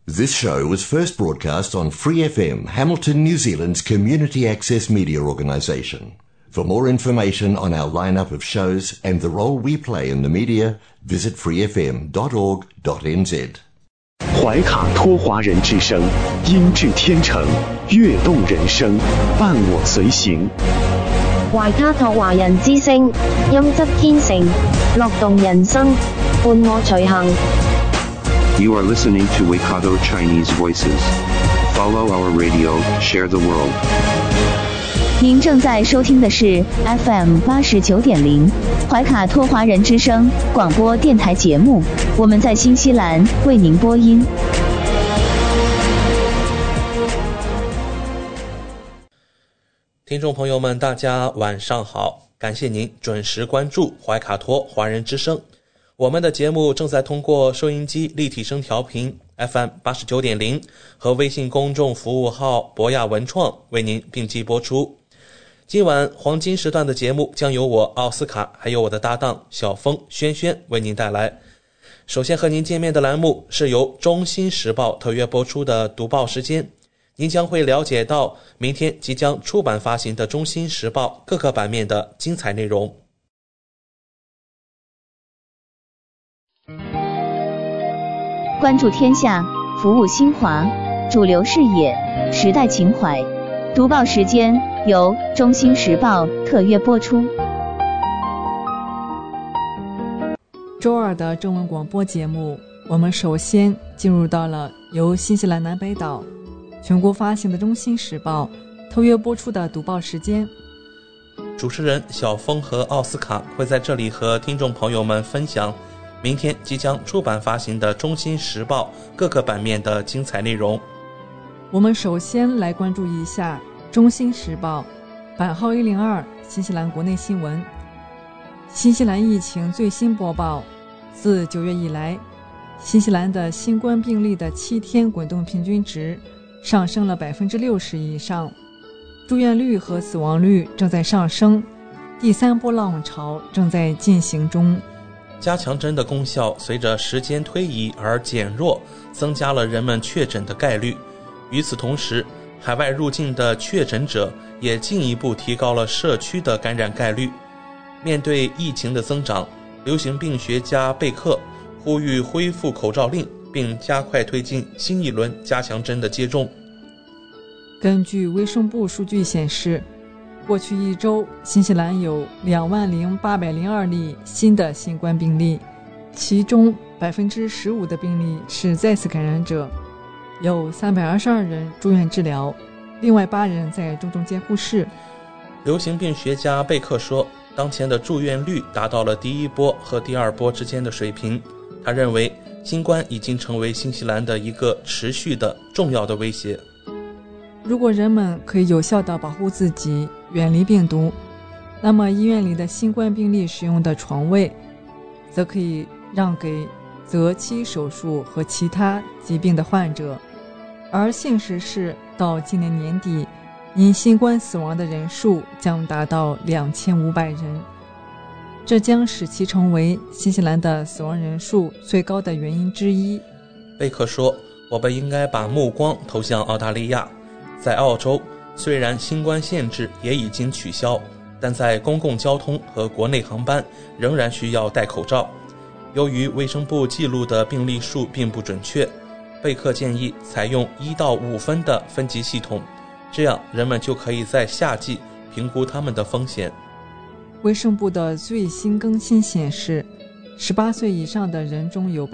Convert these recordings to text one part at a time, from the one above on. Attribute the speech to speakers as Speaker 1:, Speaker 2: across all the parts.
Speaker 1: This show was first broadcast on Free FM, Hamilton, New Zealand's community access media organisation. For more information on our lineup of shows and the role we play in the media, visit freefm.org.nz.
Speaker 2: 怀卡托华人之声，音质天成，悦动人生，伴我随行。
Speaker 3: 懷卡托華人之聲，音質天成，樂動人生，伴我隨行。
Speaker 4: You are listening to Waikato Chinese Voices. Follow our radio, share the world.
Speaker 5: 您正在收听的是 FM 89.0怀卡托华人之声广播电台节目，我们在新西兰为您播音。
Speaker 6: 听众朋友们，大家晚上好，感谢您准时关注怀卡托华人之声。我们的节目正在通过收音机立体声调频 FM 89.0和微信公众服务号博雅文创为您并机播出。今晚黄金时段的节目将由我奥斯卡还有我的搭档小峰轩轩为您带来。首先和您见面的栏目是由中新时报特约播出的读报时间，您将会了解到明天即将出版发行的中新时报各个版面的精彩内容。
Speaker 5: 关注天下，服务新华，主流视野，时代情怀。读报时间由中新时报特约播出。
Speaker 7: 周二的中文广播节目，我们首先进入到了由新西兰南北岛全国发行的中新时报特约播出的读报时间。
Speaker 6: 主持人小峰和奥斯卡会在这里和听众朋友们分享明天即将出版发行的中新时报各个版面的精彩内容。
Speaker 7: 我们首先来关注一下中新时报版号102新西兰国内新闻。新西兰疫情最新播报，自9月以来，新西兰的新冠病例的7天滚动平均值上升了60%以上，住院率和死亡率正在上升，第三波浪潮正在进行中。
Speaker 6: 加强针的功效随着时间推移而减弱，增加了人们确诊的概率。与此同时，海外入境的确诊者也进一步提高了社区的感染概率。面对疫情的增长，流行病学家贝克呼吁恢复口罩令，并加快推进新一轮加强针的接种。
Speaker 7: 根据卫生部数据显示，过去一周，新西兰有20802例新的新冠病例，其中15%的病例是再次感染者，有322人住院治疗，另外8人在重症监护室。
Speaker 6: 流行病学家贝克说，当前的住院率达到了第一波和第二波之间的水平。他认为新冠已经成为新西兰的一个持续的重要的威胁。
Speaker 7: 如果人们可以有效地保护自己，远离病毒，那么医院里的新冠病例使用的床位则可以让给择期手术和其他疾病的患者。而现实是，到今年年底，因新冠死亡的人数将达到2500人，这将使其成为新西兰的死亡人数最高的原因之一。
Speaker 6: 贝克说，我们应该把目光投向澳大利亚。在澳洲，虽然新冠限制也已经取消，但在公共交通和国内航班仍然需要戴口罩。由于卫生部记录的病例数并不准确，贝克建议采用1到5分的分级系统，这样人们就可以在夏季评估他们的风险。
Speaker 7: 卫生部的最新更新显示，18岁以上的人中有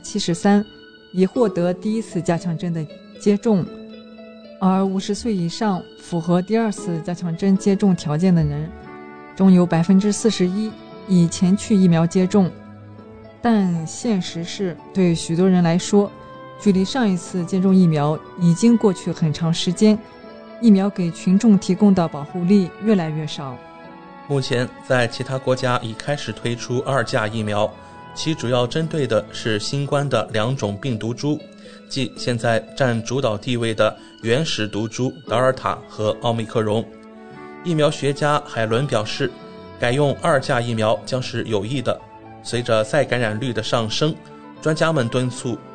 Speaker 7: 73%已获得第一次加强针的接种，而50岁以上符合第二次加强针接种条件的人中有41%已前去疫苗接种。但现实是，对许多人来说，距离上一次接种疫苗已经过去很长时间，疫苗给群众提供的保护力越来越少。
Speaker 6: 目前在其他国家已开始推出2价疫苗，其主要针对的是新冠的2种病毒株，即现在占主导地位的原始毒株德尔塔和奥密克戎。疫苗学家海伦表示，改用2价疫苗将是有益的。随着再感染率的上升，专家们敦促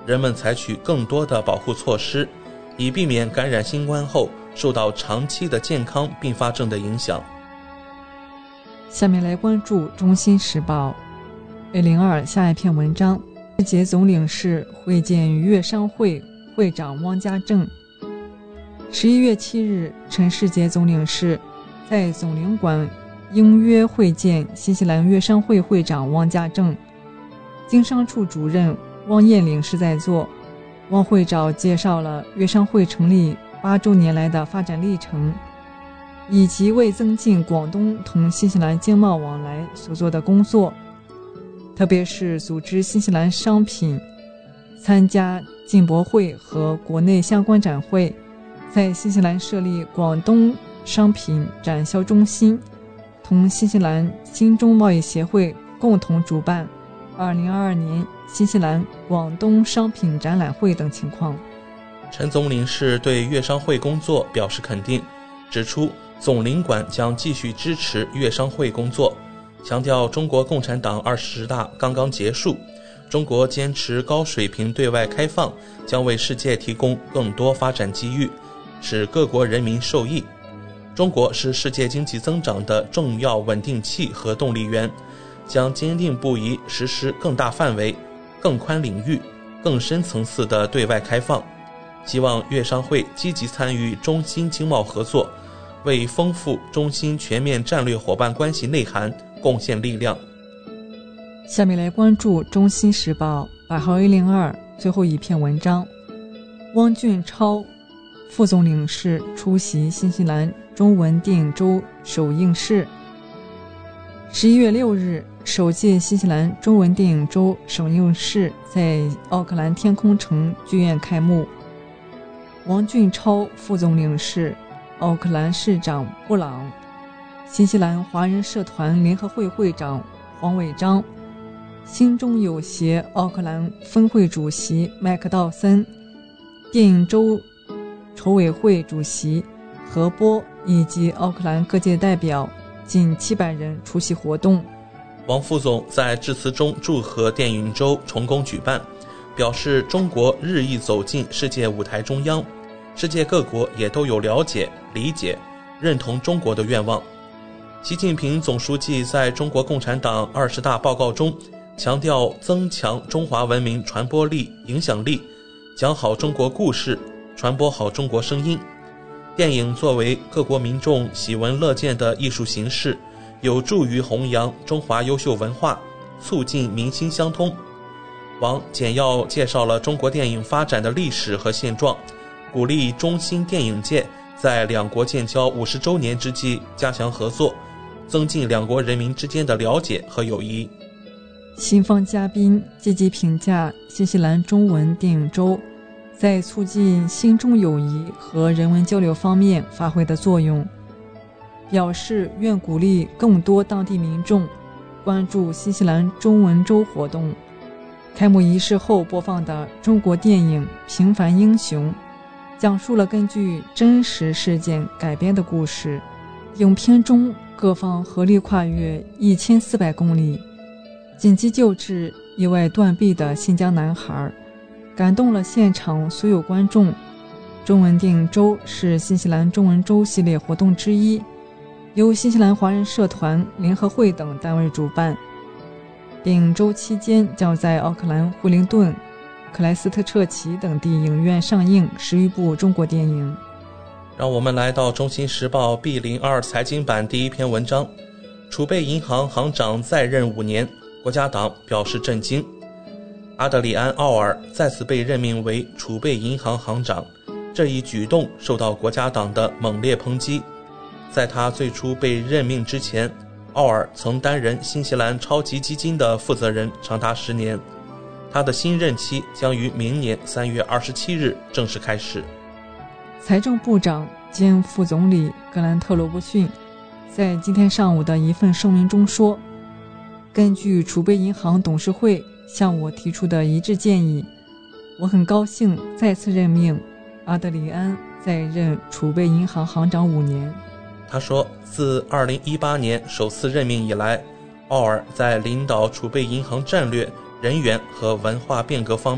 Speaker 6: 人们采取更多的保护措施，以避免感染新冠后受到长期的健康并发症的影响。
Speaker 7: 下面来关注《中新时报》202下一篇文章：世界总领事会见粤商会会长汪家正。11月7日，陈世杰总领事在总领馆应约会见新西兰粤商会会长汪家正，经商处主任汪彦领事在座。汪会长介绍了粤商会成立8周年来的发展历程，以及为增进广东同新西兰经贸往来所做的工作，特别是组织新西兰商品参加进博会和国内相关展会，在新西兰设立广东商品展销中心，同新西兰新中贸易协会共同主办2022年新西兰广东商品展览会等情况。
Speaker 6: 陈总领事对粤商会工作表示肯定，指出总领馆将继续支持粤商会工作，强调中国共产党20大刚刚结束，中国坚持高水平对外开放，将为世界提供更多发展机遇，使各国人民受益。中国是世界经济增长的重要稳定器和动力源，将坚定不移实施更大范围、更宽领域、更深层次的对外开放，希望粤商会积极参与中新经贸合作，为丰富中新全面战略伙伴关系内涵贡献力量。
Speaker 7: 下面来关注《中新时报》8号102最后一篇文章：汪俊超副总领事出席新西兰中文电影周首映式。11月6日，首届新西兰中文电影周首映式在奥克兰天空城剧院开幕。王俊超副总领事、奥克兰市长布朗、新西兰华人社团联合会会长黄伟章、新中友协奥克兰分会主席麦克道森、电影周筹委会主席何波以及奥克兰各界代表近700人出席活动。
Speaker 6: 王副总在致辞中祝贺电影周成功举办，表示中国日益走进世界舞台中央，世界各国也都有了解、理解、认同中国的愿望。习近平总书记在中国共产党20大报告中强调增强中华文明传播力、影响力，讲好中国故事，传播好中国声音。电影作为各国民众喜闻乐见的艺术形式，有助于弘扬中华优秀文化，促进民心相通。王简要介绍了中国电影发展的历史和现状，鼓励中新电影界在两国建交50周年之际加强合作，增进两国人民之间的了解和友谊。
Speaker 7: 新方嘉宾积极评价新西兰中文电影周在促进新中友谊和人文交流方面发挥的作用，表示愿鼓励更多当地民众关注新西兰中文周活动。开幕仪式后播放的中国电影《平凡英雄》讲述了根据真实事件改编的故事，影片中各方合力跨越1400公里，紧急救治意外断臂的新疆男孩，感动了现场所有观众。中文电影周是新西兰中文周系列活动之一，由新西兰华人社团联合会等单位主办。电影周期间将在奥克兰惠灵顿、克莱斯特彻奇等地影院上映10余部中国电影。
Speaker 6: 让我们来到中新时报 B02 财经版第一篇文章：储备银行行长在任5年，国家党表示震惊。阿德里安·奥尔再次被任命为储备银行行长，这一举动受到国家党的猛烈抨击。在他最初被任命之前，奥尔曾担任新西兰超级基金的负责人长达10年，他的新任期将于明年3月27日正式开始。
Speaker 7: 财政部长兼副总理格兰特·罗伯逊在今天上午的一份声明中说，根据储备银行董事会向我提出的一致建议，我很高兴再次任命阿德里安在任储备银行行长5年。
Speaker 6: 他说，自2018年首次任命以来，奥尔在领导储备银行战略、人员和文化变革方面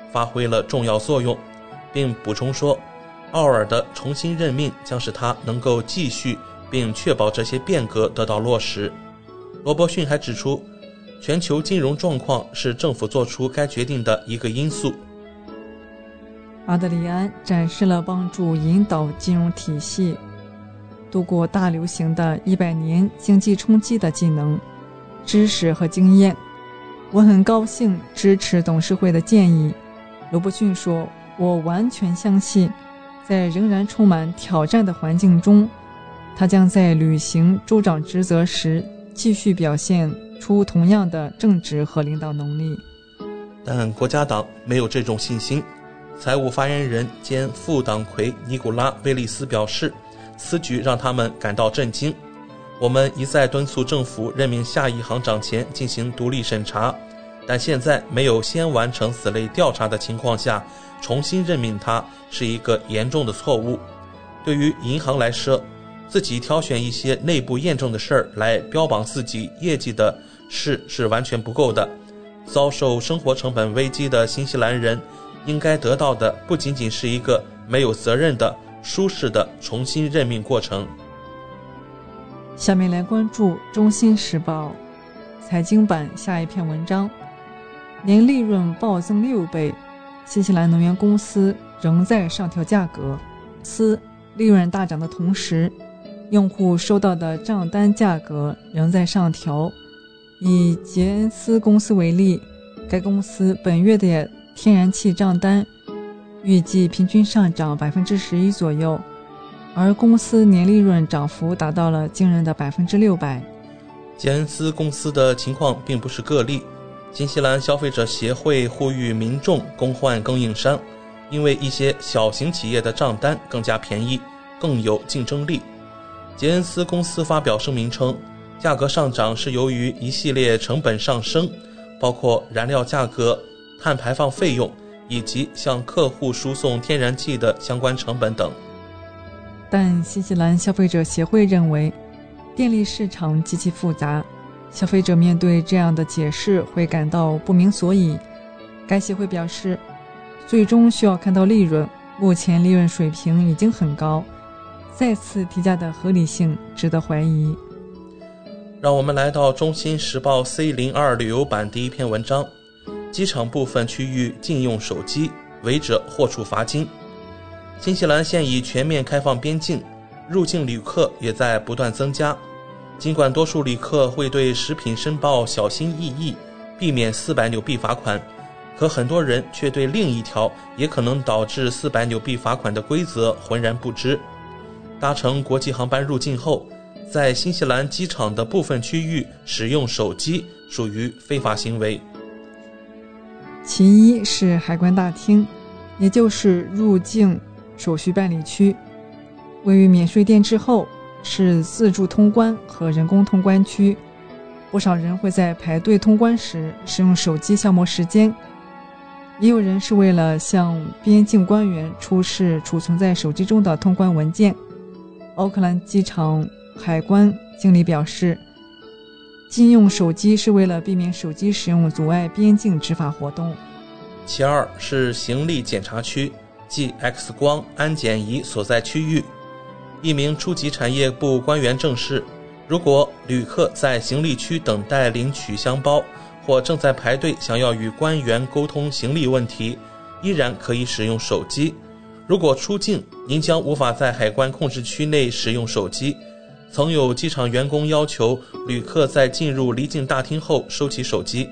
Speaker 6: 发挥了重要作用，并补充说，奥尔的重新任命将使他能够继续并确保这些变革得到落实。罗伯逊还指出，全球金融状况是政府做出该决定的一个因素。
Speaker 7: 阿德里安展示了帮助引导金融体系度过大流行的100年经济冲击的技能、知识和经验。我很高兴支持董事会的建议。罗伯逊说，我完全相信，在仍然充满挑战的环境中，他将在履行州长职责时继续表现出同样的正直和领导能力。
Speaker 6: 但国家党没有这种信心。财务发言人兼副党魁尼古拉·威利斯表示，此举让他们感到震惊。我们一再敦促政府任命下一行长前进行独立审查，但现在没有先完成此类调查的情况下重新任命他是一个严重的错误。对于银行来说，自己挑选一些内部验证的事儿来标榜自己业绩的事是完全不够的。遭受生活成本危机的新西兰人应该得到的不仅仅是一个没有责任的舒适的重新任命过程。
Speaker 7: 下面来关注中新时报财经版下一篇文章，年利润暴增6倍，新西兰能源公司仍在上调价格。利润大涨的同时，用户收到的账单价格仍在上调。以杰恩斯公司为例，该公司本月的天然气账单预计平均上涨 11% 左右，而公司年利润涨幅达到了惊人的 600%。
Speaker 6: 杰恩斯公司的情况并不是个例。新西兰消费者协会呼吁民众更换供应商，因为一些小型企业的账单更加便宜，更有竞争力。杰恩斯公司发表声明称，价格上涨是由于一系列成本上升，包括燃料价格、碳排放费用以及向客户输送天然气的相关成本等。
Speaker 7: 但新西兰消费者协会认为，电力市场极其复杂，消费者面对这样的解释会感到不明所以。该协会表示，最终需要看到利润，目前利润水平已经很高，再次提价的合理性值得怀疑。
Speaker 6: 让我们来到中新时报 C02 旅游版第一篇文章，机场部分区域禁用手机，违者获处罚金。新西兰现已全面开放边境，入境旅客也在不断增加。尽管多数旅客会对食品申报小心翼翼，避免400纽币罚款，可很多人却对另一条也可能导致400纽币罚款的规则浑然不知。搭乘国际航班入境后，在新西兰机场的部分区域使用手机属于非法行为。
Speaker 7: 其一是海关大厅，也就是入境手续办理区，位于免税店之后，是自助通关和人工通关区。不少人会在排队通关时使用手机消磨时间，也有人是为了向边境官员出示储存在手机中的通关文件。奥克兰机场海关经理表示，禁用手机是为了避免手机使用阻碍边境执法活动。
Speaker 6: 其二是行李检查区，即 X 光安检仪所在区域。一名初级产业部官员证实，如果旅客在行李区等待领取箱包，或正在排队想要与官员沟通行李问题，依然可以使用手机。如果出境，您将无法在海关控制区内使用手机。曾有机场员工要求旅客在进入离境大厅后收起手机。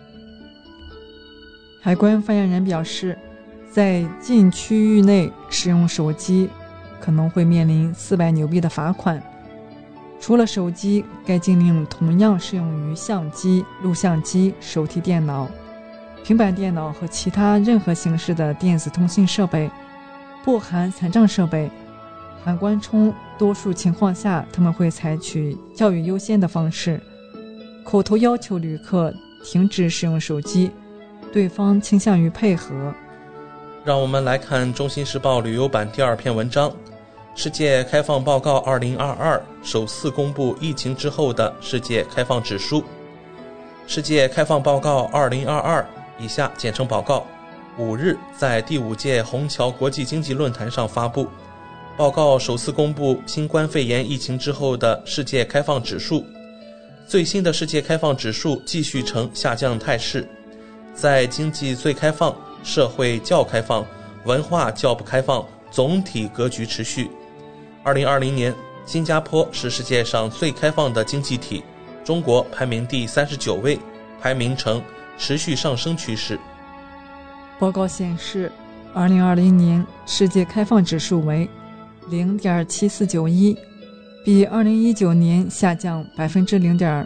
Speaker 7: 海关发言人表示，在禁区域内使用手机可能会面临400纽币的罚款。除了手机，该禁令同样适用于相机、录像机、手提电脑、平板电脑和其他任何形式的电子通信设备，不含残障设备。海关称，多数情况下他们会采取教育优先的方式，口头要求旅客停止使用手机，对方倾向于配合。
Speaker 6: 让我们来看中新时报旅游版第二篇文章，世界开放报告2022首次公布疫情之后的世界开放指数。世界开放报告2022，以下简称报告， 5日在第5届虹桥国际经济论坛上发布。报告首次公布新冠肺炎疫情之后的世界开放指数，最新的世界开放指数继续呈下降态势，在经济最开放、社会较开放、文化较不开放总体格局持续。2020年，新加坡是世界上最开放的经济体，中国排名第39位，排名呈持续上升趋势。
Speaker 7: 报告显示，2020年世界开放指数为0.7491，比2019年下降 0.02%，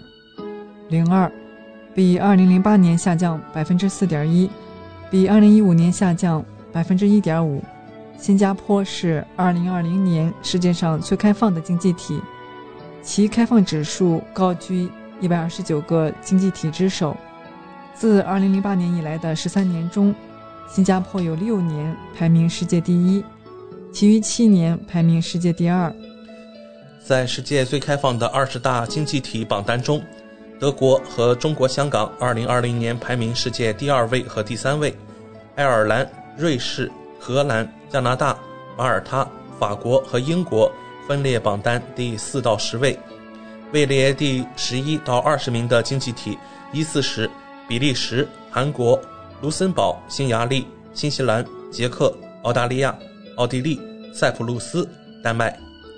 Speaker 7: 比2008年下降 4.1%， 比2015年下降 1.5%。 新加坡是2020年世界上最开放的经济体，其开放指数高居129个经济体之首。自2008年以来的13年中，新加坡有6年排名世界第一，其余7年排名世界第二。
Speaker 6: 在世界最开放的20大经济体榜单中，德国和中国香港2020年排名世界第2位和第3位，爱尔兰、瑞士、荷兰、加拿大、马耳他、法国和英国分列榜单第4到10位。位列第11到20名的经济体依次是比利时、韩国、卢森堡、匈牙利、新西兰、捷克、澳大利亚、奥地利、塞浦路斯、丹麦。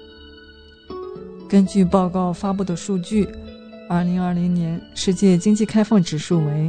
Speaker 7: 根据报告发布的数据，2020年世界经济开放指数为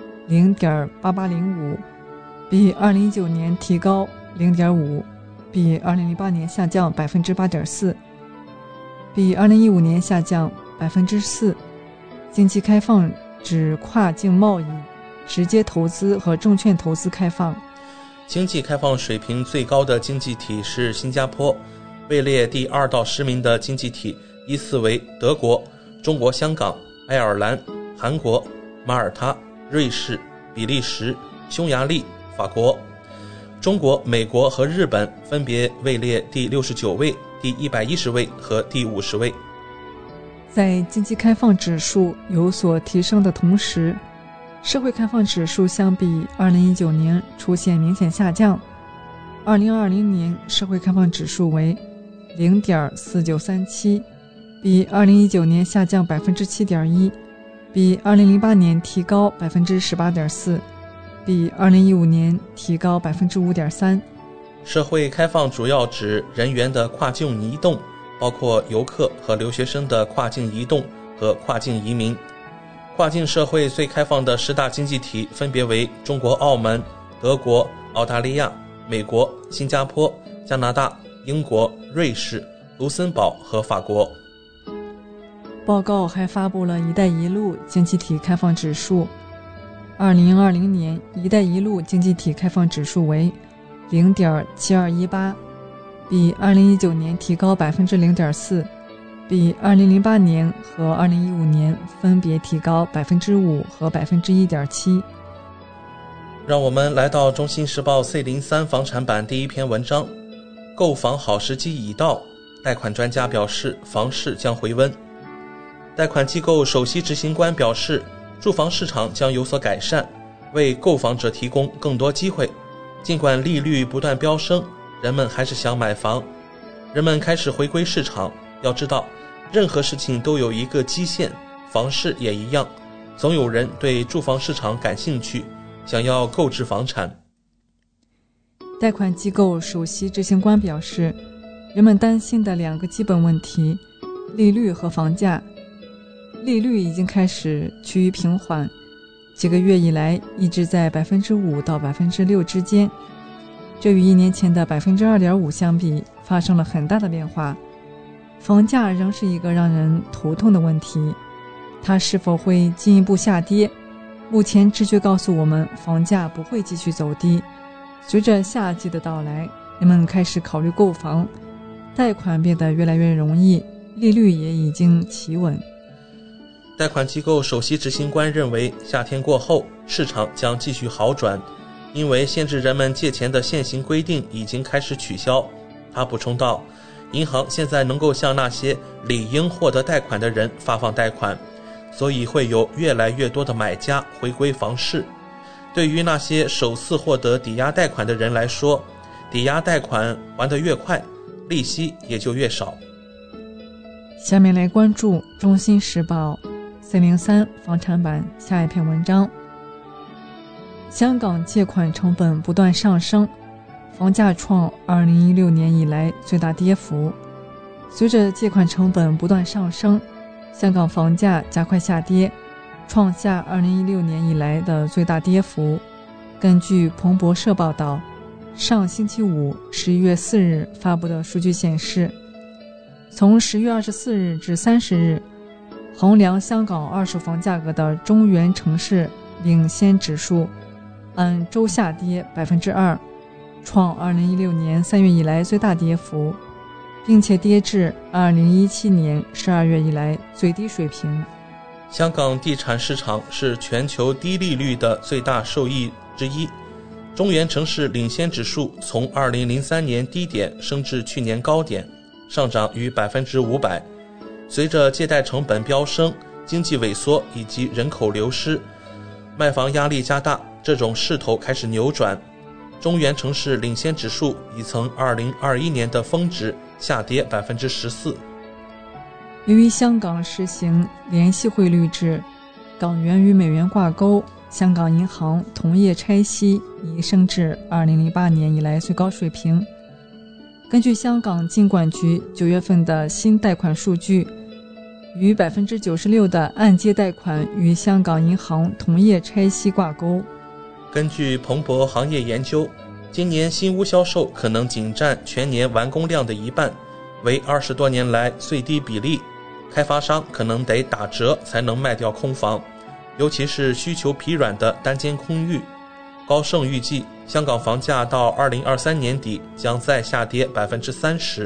Speaker 7: 0.8805， 比2019年提高 0.5%， 比2008年下降 8.4%， 比2015年下降 4%。 经济开放指跨境贸易、直接投资和证券投资开放。
Speaker 6: 经济开放水平最高的经济体是新加坡，位列第2到10名的经济体依次为德国、中国香港、爱尔兰、韩国、马耳他、瑞士、比利时、匈牙利、法国。中国、美国和日本分别位列第69位、第110位和第50位。
Speaker 7: 在经济开放指数有所提升的同时，社会开放指数相比2019年出现明显下降。2020年社会开放指数为 0.4937， 比2019年下降 7.1%， 比2008年提高 18.4%， 比2015年提高 5.3%。
Speaker 6: 社会开放主要指人员的跨境移动，包括游客和留学生的跨境移动和跨境移民。跨境社会最开放的10大经济体分别为中国澳门、德国、澳大利亚、美国、新加坡、加拿大、英国、瑞士、卢森堡和法国。
Speaker 7: 报告还发布了一带一路经济体开放指数。2020年一带一路经济体开放指数为 0.7218， 比2019年提高 0.4%， 比2008年和2015年分别提高 5% 和 1.7%。
Speaker 6: 让我们来到中新时报 C03 房产版第1篇文章，购房好时机已到，贷款专家表示房市将回温。贷款机构首席执行官表示，住房市场将有所改善，为购房者提供更多机会。尽管利率不断飙升，人们还是想买房，人们开始回归市场。要知道，任何事情都有一个基线，房市也一样，总有人对住房市场感兴趣，想要购置房产。
Speaker 7: 贷款机构首席执行官表示，人们担心的2个基本问题，利率和房价。利率已经开始趋于平缓，几个月以来一直在 5% 到 6% 之间，这与1年前的 2.5% 相比发生了很大的变化。房价仍是一个让人头痛的问题，它是否会进一步下跌？目前直觉告诉我们，房价不会继续走低。随着夏季的到来，人们开始考虑购房，贷款变得越来越容易，利率也已经企稳。
Speaker 6: 贷款机构首席执行官认为，夏天过后市场将继续好转，因为限制人们借钱的现行规定已经开始取消。他补充道，银行现在能够向那些理应获得贷款的人发放贷款，所以会有越来越多的买家回归房市。 对于那些首次获得抵押贷款的人来说，抵押贷款还得越快，利息也就越少。
Speaker 7: 下面来关注《中新时报》403房产版下一篇文章。香港借款成本不断上升，房价创2016年以来最大跌幅。随着借款成本不断上升，香港房价加快下跌，创下2016年以来的最大跌幅。根据彭博社报道，上星期五11月4日发布的数据显示，从10月24日至30日，衡量香港二手房价格的中原城市领先指数按周下跌 2%， 创2016年3月以来最大跌幅，并且跌至2017年12月以来最低水平。
Speaker 6: 香港地产市场是全球低利率的最大受益之一，中原城市领先指数从2003年低点升至去年高点，上涨逾 500%。 随着借贷成本飙升、经济萎缩以及人口流失，卖房压力加大，这种势头开始扭转。中原城市领先指数已从2021年的峰值下跌 14%。
Speaker 7: 由于香港实行联系汇率制，港元与美元挂钩，香港银行同业拆息已升至2008年以来最高水平。根据香港金管局9月份的新贷款数据，逾 96% 的按揭贷款与香港银行同业拆息挂钩。
Speaker 6: 根据彭博行业研究，今年新屋销售可能仅占全年完工量的一半，为20多年来最低比例。开发商可能得打折才能卖掉空房，尤其是需求疲软的单间公寓。高盛预计，香港房价到2023年底将再下跌 30%。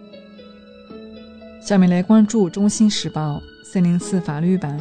Speaker 7: 下面来关注《中新时报》404法律版。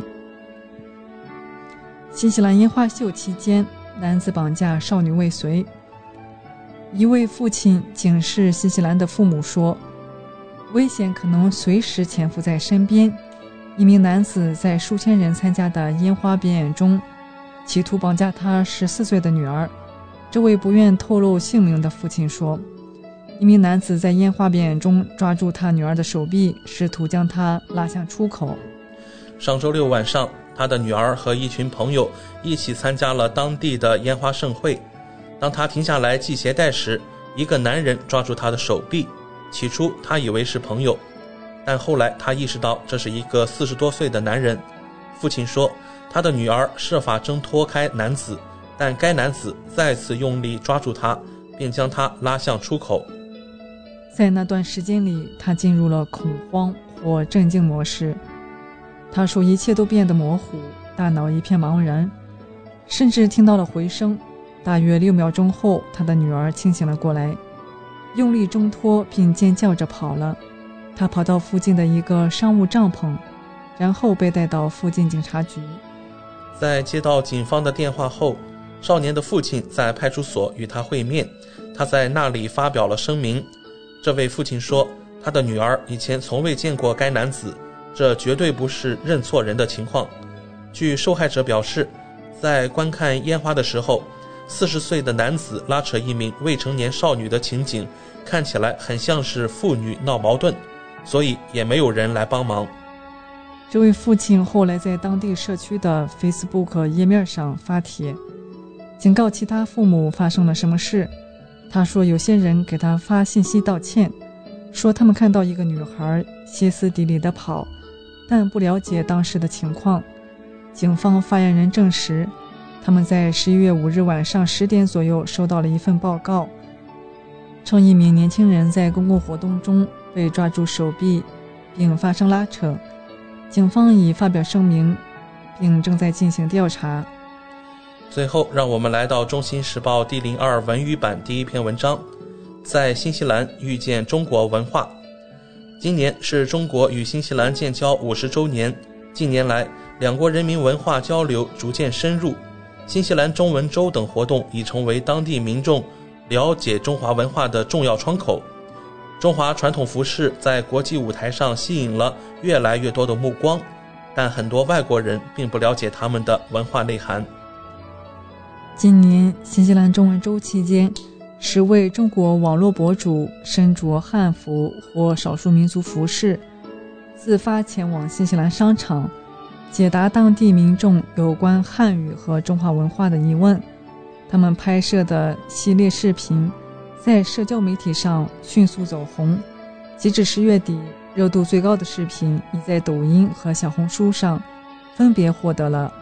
Speaker 7: 新西兰烟花秀期间，男子绑架少女未遂。一位父亲警示新西兰的父母说，危险可能随时潜伏在身边。一名男子在数千人参加的烟花表演中，企图绑架他14岁的女儿。这位不愿透露姓名的父亲说，一名男子在烟花表演中抓住他女儿的手臂，试图将她拉向出口。
Speaker 6: 上周六晚上，他的女儿和一群朋友一起参加了当地的烟花盛会。当他停下来系鞋带时，一个男人抓住他的手臂。起初他以为是朋友，但后来他意识到这是一个40多岁的男人。父亲说，他的女儿设法挣脱开男子，但该男子再次用力抓住他，并将他拉向出口。
Speaker 7: 在那段时间里，他进入了恐慌或镇静模式。他说一切都变得模糊，大脑一片茫然，甚至听到了回声。大约6秒钟后，他的女儿清醒了过来，用力挣脱并尖叫着跑了。他跑到附近的一个商务帐篷，然后被带到附近警察局。
Speaker 6: 在接到警方的电话后，少年的父亲在派出所与他会面，他在那里发表了声明。这位父亲说，他的女儿以前从未见过该男子，这绝对不是认错人的情况。据受害者表示，在观看烟花的时候，40岁的男子拉扯一名未成年少女的情景看起来很像是父女闹矛盾，所以也没有人来帮忙。
Speaker 7: 这位父亲后来在当地社区的 Facebook 页面上发帖，警告其他父母发生了什么事。他说有些人给他发信息道歉，说他们看到一个女孩歇斯底里地跑，但不了解当时的情况。警方发言人证实，他们在11月5日晚上10点左右收到了一份报告，称一名年轻人在公共活动中被抓住手臂并发生拉扯。警方已发表声明，并正在进行调查。
Speaker 6: 最后，让我们来到《中新时报》第02文语版第一篇文章，在新西兰遇见中国文化。今年是中国与新西兰建交50周年，近年来两国人民文化交流逐渐深入，新西兰中文周等活动已成为当地民众了解中华文化的重要窗口。中华传统服饰在国际舞台上吸引了越来越多的目光，但很多外国人并不了解他们的文化内涵。
Speaker 7: 今年新西兰中文周期间10位中国网络博主身着汉服或少数民族服饰，自发前往新西兰商场，解答当地民众有关汉语和中华文化的疑问。他们拍摄的系列视频在社交媒体上迅速走红，截至10月底，热度最高的视频已在抖音和小红书上分别获得了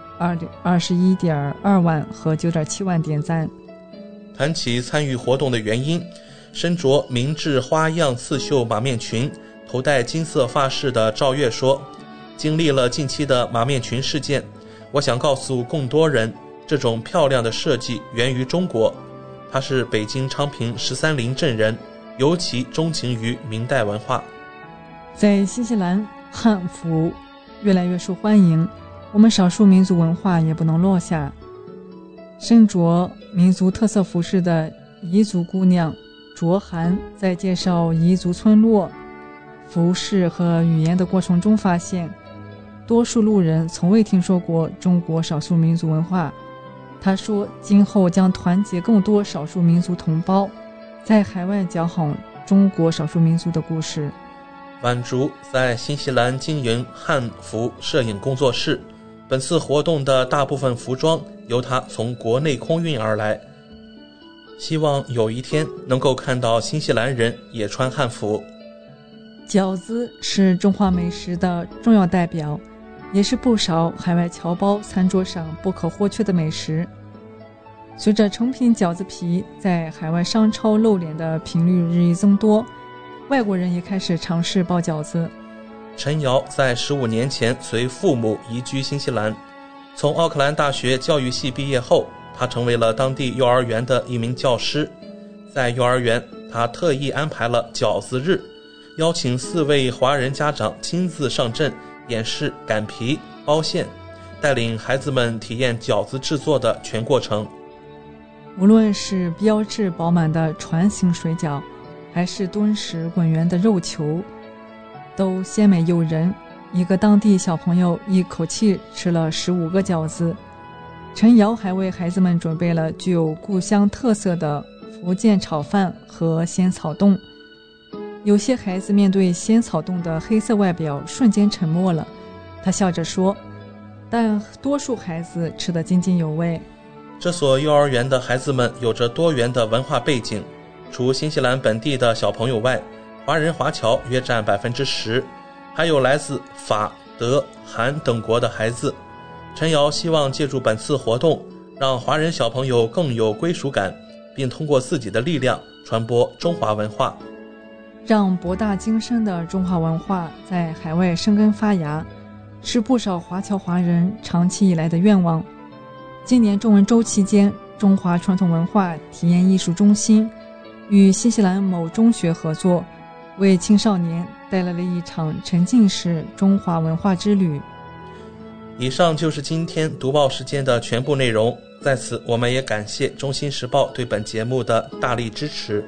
Speaker 7: 21.2万和9.7万点赞。
Speaker 6: 谈起参与活动的原因，身着明制花样刺绣马面裙、头戴金色发饰的赵月说，经历了近期的马面裙事件，我想告诉更多人，这种漂亮的设计源于中国。他是北京昌平13陵镇人，尤其钟情于明代文化。
Speaker 7: 在新西兰，汉服越来越受欢迎，我们少数民族文化也不能落下。身着民族特色服饰的彝族姑娘卓涵在介绍彝族村落、服饰和语言的过程中发现，多数路人从未听说过中国少数民族文化。她说，今后将团结更多少数民族同胞，在海外讲好中国少数民族的故事。
Speaker 6: 婉竹在新西兰经营汉服摄影工作室，本次活动的大部分服装由他从国内空运而来，希望有一天能够看到新西兰人也穿汉服。
Speaker 7: 饺子是中华美食的重要代表，也是不少海外侨胞餐桌上不可或缺的美食。随着成品饺子皮在海外商超露脸的频率日益增多，外国人也开始尝试包饺子。
Speaker 6: 陈瑶在15年前随父母移居新西兰，从奥克兰大学教育系毕业后，他成为了当地幼儿园的一名教师。在幼儿园，他特意安排了饺子日，邀请4位华人家长亲自上阵演示擀皮、包馅，带领孩子们体验饺子制作的全过程。
Speaker 7: 无论是标致饱满的船形水饺，还是敦实滚圆的肉球，都鲜美诱人。一个当地小朋友一口气吃了15个饺子。陈瑶还为孩子们准备了具有故乡特色的福建炒饭和仙草冻。有些孩子面对仙草冻的黑色外表瞬间沉默了，他笑着说，但多数孩子吃得津津有味。
Speaker 6: 这所幼儿园的孩子们有着多元的文化背景，除新西兰本地的小朋友外，华人华侨约占 10%， 还有来自法、德、韩等国的孩子。陈瑶希望借助本次活动，让华人小朋友更有归属感，并通过自己的力量传播中华文化，
Speaker 7: 让博大精深的中华文化在海外生根发芽，是不少华侨华人长期以来的愿望。今年中文周期间，中华传统文化体验艺术中心与新西兰某中学合作，为青少年带来了一场沉浸式中华文化之旅。
Speaker 6: 以上就是今天读报时间的全部内容，在此我们也感谢中新时报对本节目的大力支持。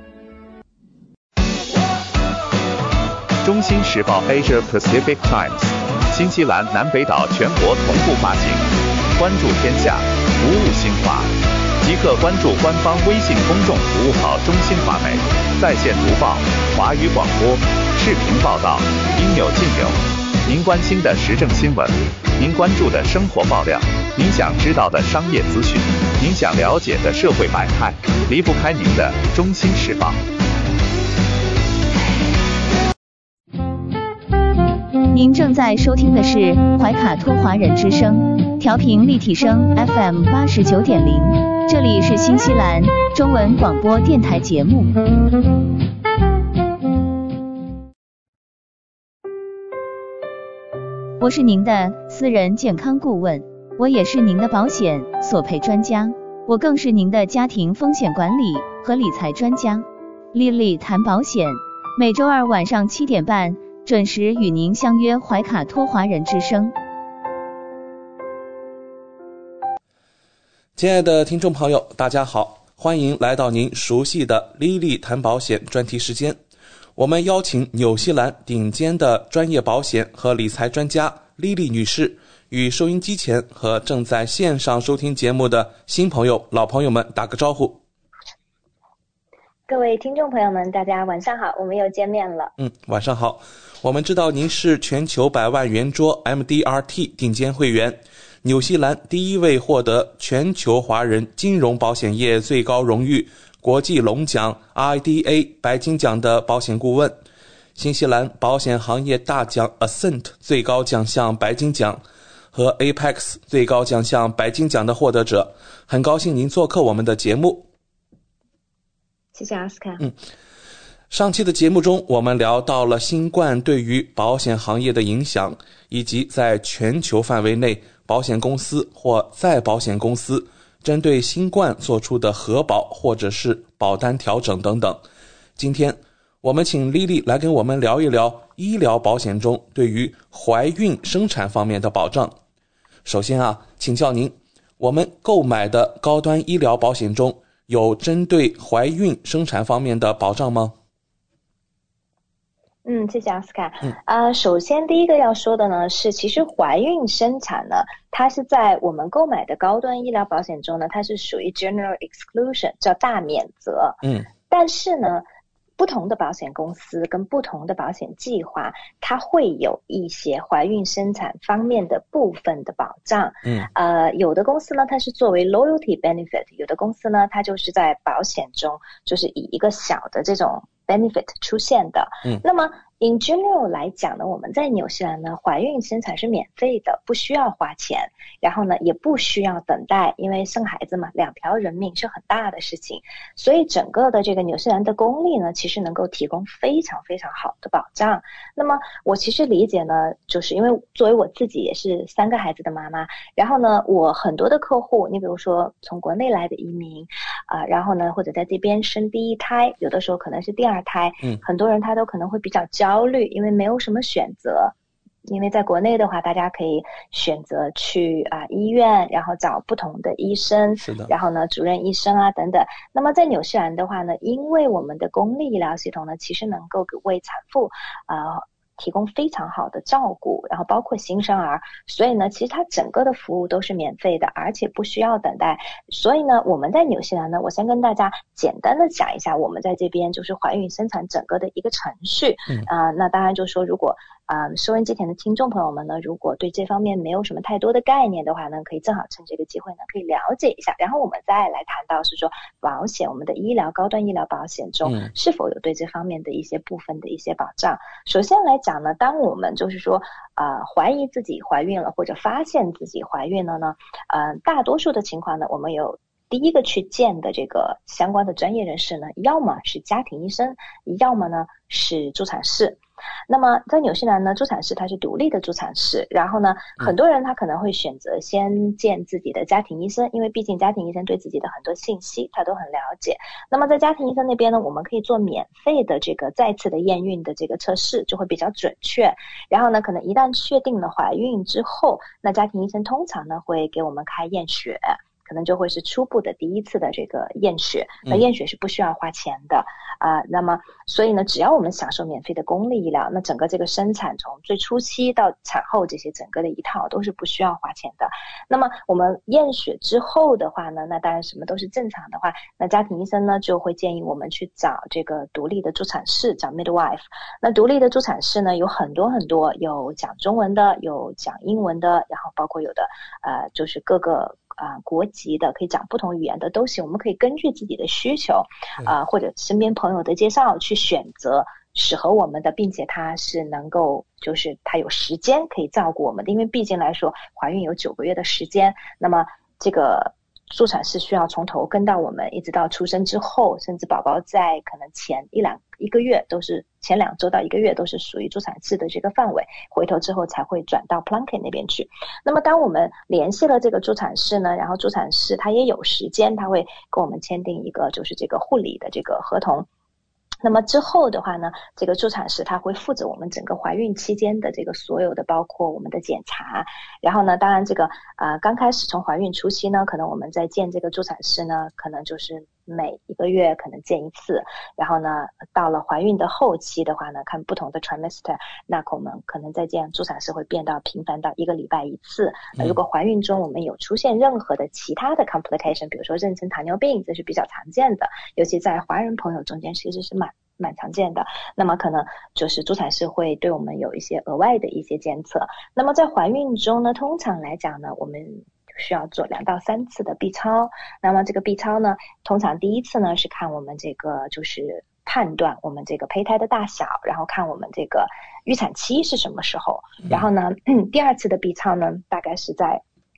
Speaker 2: 中新时报 Asia Pacific Times， 新西兰南北岛全国同步发行，关注天下，服务新华，即刻关注官方微信公众服务号中新华媒，在线读报、华语广播、视频报道，应有尽有。您关心的时政新闻，您关注的生活爆料，您想知道的商业资讯，您想了解的社会百态，离不开您的中新时报。
Speaker 5: 您正在收听的是怀卡托华人之声，调频立体声 FM 89.0，这里是新西兰中文广播电台节目。我是您的私人健康顾问，我也是您的保险索赔专家，我更是您的家庭风险管理和理财专家。丽丽谈保险，每周二晚上7点半准时与您相约怀卡托华人之声。
Speaker 6: 亲爱的听众朋友，大家好，欢迎来到您熟悉的丽丽谈保险专题时间。我们邀请纽西兰顶尖的专业保险和理财专家莉莉女士， 与收音机前和正在线上收听节目的新朋友、老朋友们打个招呼。
Speaker 8: 各位听众朋友们，大家晚上好，我们又见面了。
Speaker 6: 晚上好。我们知道您是全球100万圆桌 MDRT 顶尖会员，纽西兰第一位获得全球华人金融保险业最高荣誉国际龙奖 IDA 白金奖的保险顾问，新西兰保险行业大奖 Ascent 最高奖项白金奖和 Apex 最高奖项白金奖的获得者。很高兴您做客我们的节目。
Speaker 8: 谢谢奥斯卡。
Speaker 6: 上期的节目中，我们聊到了新冠对于保险行业的影响，以及在全球范围内保险公司或再保险公司针对新冠做出的核保或者是保单调整等等。今天我们请丽丽来跟我们聊一聊医疗保险中对于怀孕生产方面的保障。首先请教您，我们购买的高端医疗保险中有针对怀孕生产方面的保障吗？
Speaker 8: 谢谢奥斯卡。首先第一个要说的呢是，其实怀孕生产呢，它是在我们购买的高端医疗保险中呢，它是属于 general exclusion， 叫大免责。但是呢，不同的保险公司跟不同的保险计划，它会有一些怀孕生产方面的部分的保障。有的公司呢，它是作为 loyalty benefit， 有的公司呢，它就是在保险中就是以一个小的这种 benefit 出现的。那么 in general 来讲呢，我们在纽西兰呢，怀孕生产是免费的，不需要花钱，然后呢也不需要等待，因为生孩子嘛，2条人命是很大的事情，所以整个的这个纽西兰的公立呢，其实能够提供非常非常好的保障。那么我其实理解呢，就是因为作为我自己也是3个孩子的妈妈，然后呢我很多的客户，你比如说从国内来的移民然后呢或者在这边生第一胎，有的时候可能是第2胎，很多人他都可能会比较焦虑，因为没有什么选择。因为在国内的话，大家可以选择去医院，然后找不同的医生，
Speaker 6: 是的，
Speaker 8: 然后呢主任医生等等。那么在纽西兰的话呢，因为我们的公立医疗系统呢，其实能够为产妇提供非常好的照顾，然后包括新生儿，所以呢其实它整个的服务都是免费的，而且不需要等待。所以呢我们在纽西兰呢，我先跟大家简单的讲一下我们在这边就是怀孕生产整个的一个程序。那当然就是说，如果收音机前的听众朋友们呢，如果对这方面没有什么太多的概念的话呢，可以正好趁这个机会呢可以了解一下，然后我们再来谈到是说保险，我们的高端医疗保险中是否有对这方面的一些部分的一些保障。首先来讲呢，当我们就是说怀疑自己怀孕了或者发现自己怀孕了呢，大多数的情况呢，我们有第一个去见的这个相关的专业人士呢，要么是家庭医生，要么呢是助产士。那么在纽西兰呢，助产士它是独立的助产士，然后呢很多人他可能会选择先见自己的家庭医生，因为毕竟家庭医生对自己的很多信息他都很了解。那么在家庭医生那边呢，我们可以做免费的这个再次的验孕的这个测试，就会比较准确。然后呢可能一旦确定了怀孕之后，那家庭医生通常呢会给我们开验血，可能就会是初步的第1次的这个验血，那验血是不需要花钱的那么所以呢，只要我们享受免费的公立医疗，那整个这个生产从最初期到产后这些整个的一套都是不需要花钱的。那么我们验血之后的话呢，那当然什么都是正常的话，那家庭医生呢就会建议我们去找这个独立的助产士，找 midwife。 那独立的助产士呢有很多很多，有讲中文的，有讲英文的，然后包括有的就是各个国籍的，可以讲不同语言的都行。我们可以根据自己的需求或者身边朋友的介绍去选择适合我们的，并且它是能够就是它有时间可以照顾我们的，因为毕竟来说怀孕有9个月的时间，那么这个助产士需要从头跟到我们一直到出生之后，甚至宝宝在可能前1个月都是前2周到1个月都是属于助产士的这个范围，回头之后才会转到 Plunkett 那边去。那么当我们联系了这个助产士呢，然后助产士他也有时间，他会跟我们签订一个就是这个护理的这个合同。那么之后的话呢，这个助产士他会负责我们整个怀孕期间的这个所有的包括我们的检查。然后呢当然这个刚开始从怀孕初期呢，可能我们在见这个助产士呢，可能就是每一个月可能见一次，然后呢到了怀孕的后期的话呢，看不同的 trimester， 那我们可能再见助产士会变到频繁到1个礼拜一次。如果怀孕中我们有出现任何的其他的 complication， 比如说妊娠糖尿病，这是比较常见的，尤其在华人朋友中间其实是蛮常见的，那么可能就是助产士会对我们有一些额外的一些监测。那么在怀孕中呢，通常来讲呢，我们需要做2到3次的 B 超。那么这个 B 超呢，通常第一次呢是看我们这个就是判断我们这个胚胎的大小，然后看我们这个预产期是什么时候，然后呢第2次的 B 超呢大概是在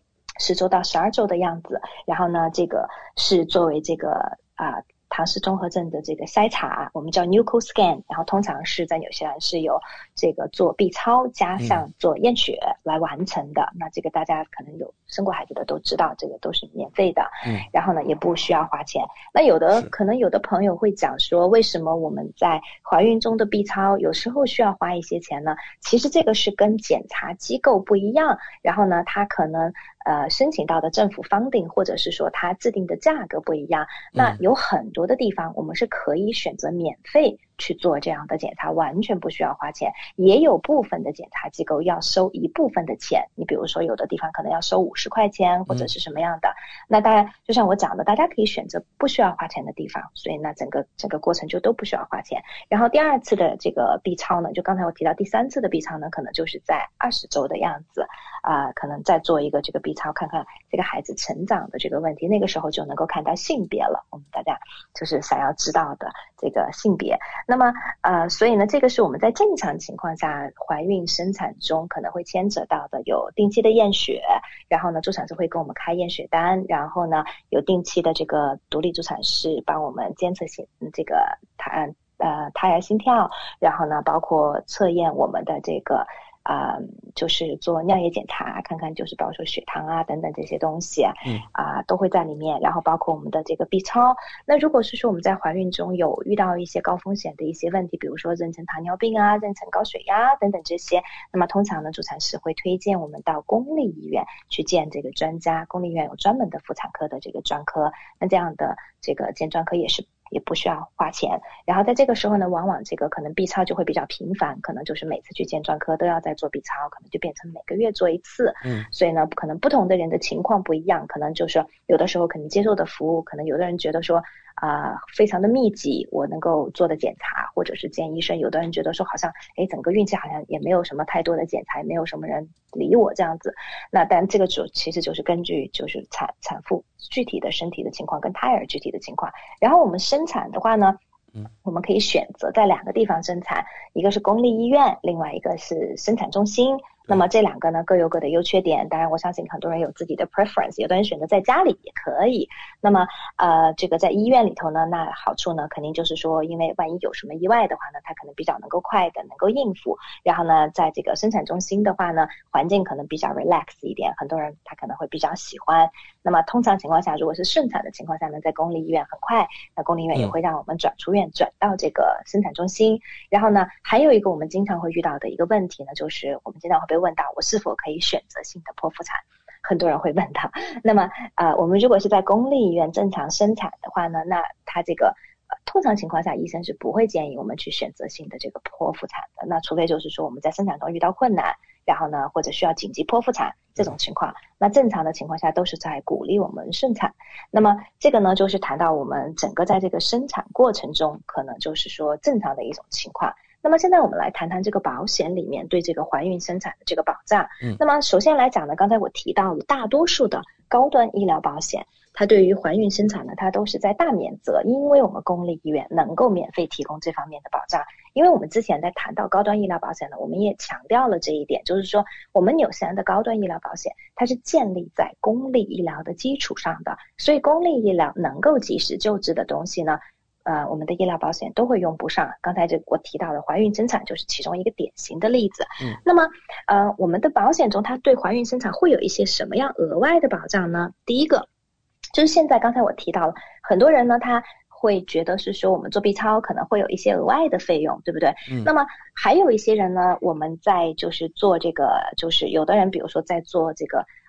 Speaker 8: 10周到12周的样子，然后呢这个是作为这个唐氏综合症的这个筛查，我们叫 NUCO scan， 然后通常是在纽西兰是有这个做 B 超加上做验血来完成的。那这个大家可能有生过孩子的都知道，这个都是免费的，然后呢也不需要花钱。那可能有的朋友会讲说，为什么我们在怀孕中的 B 超有时候需要花一些钱呢？其实这个是跟检查机构不一样，然后呢它可能申请到的政府 funding 或者是说它制定的价格不一样。那有很多的地方我们是可以选择免费去做这样的检查，完全不需要花钱。也有部分的检查机构要收一部分的钱，你比如说有的地方可能要收50块钱或者是什么样的。那当然就像我讲的，大家可以选择不需要花钱的地方，所以那整个过程就都不需要花钱。然后第2次的这个 B 超呢，就刚才我提到第3次的 B 超呢，可能就是在20周的样子可能再做一个这个 B 超，看看这个孩子成长的这个问题，那个时候就能够看到性别了，我们大家就是想要知道的这个性别。那么所以呢这个是我们在正常情况下怀孕生产中可能会牵扯到的，有定期的验血，然后呢助产士会给我们开验血单，然后呢有定期的这个独立助产士帮我们监测这个胎儿心跳，然后呢包括测验我们的这个就是做尿液检查，看看就是比如说血糖等等这些东西都会在里面，然后包括我们的这个 B 超。那如果是说我们在怀孕中有遇到一些高风险的一些问题，比如说妊娠糖尿病妊娠高血压等等这些，那么通常呢助产士会推荐我们到公立医院去见这个专家，公立医院有专门的妇产科的这个专科，那这样的这个见专科也不需要花钱。然后在这个时候呢，往往这个可能 B 超就会比较频繁，可能就是每次去见专科都要再做 B 超，可能就变成每个月做一次。所以呢可能不同的人的情况不一样，可能就是有的时候可能接受的服务，可能有的人觉得说非常的密集，我能够做的检查或者是见医生，有的人觉得说好像整个孕期好像也没有什么太多的检查，也没有什么人理我这样子。那但这个其实就是根据就是产妇具体的身体的情况跟胎儿具体的情况。然后我们生产的话呢，我们可以选择在2个地方生产，一个是公立医院，另外一个是生产中心。那么这2个呢各有各的优缺点，当然我相信很多人有自己的 preference， 有的人选择在家里也可以。那么这个在医院里头呢，那好处呢肯定就是说，因为万一有什么意外的话呢，它可能比较能够快的能够应付。然后呢在这个生产中心的话呢，环境可能比较 relax 一点，很多人他可能会比较喜欢。那么通常情况下，如果是顺产的情况下呢，在公立医院很快，那公立医院也会让我们出院转到这个生产中心。然后呢还有一个我们经常会遇到的一个问题呢，就是我们经常会被问到我是否可以选择性的剖腹产，很多人会问到。那么我们如果是在公立医院正常生产的话呢，那它这个通常情况下医生是不会建议我们去选择性的这个剖腹产的，那除非就是说我们在生产中遇到困难，然后呢或者需要紧急剖腹产这种情况，那正常的情况下都是在鼓励我们顺产。那么这个呢就是谈到我们整个在这个生产过程中可能就是说正常的一种情况。那么现在我们来谈谈这个保险里面对这个怀孕生产的这个保障。那么首先来讲呢，刚才我提到了大多数的高端医疗保险，它对于怀孕生产呢，它都是在大免责，因为我们公立医院能够免费提供这方面的保障。因为我们之前在谈到高端医疗保险呢，我们也强调了这一点，就是说我们纽西兰的高端医疗保险它是建立在公立医疗的基础上的，所以公立医疗能够及时救治的东西呢，我们的医疗保险都会用不上。刚才我提到的怀孕生产就是其中一个典型的例子。那么我们的保险中它对怀孕生产会有一些什么样额外的保障呢？第一个就是现在刚才我提到了，很多人呢他会觉得是说我们做 B 超可能会有一些额外的费用，对不对？那么还有一些人呢，我们在就是做这个，就是有的人比如说在做这个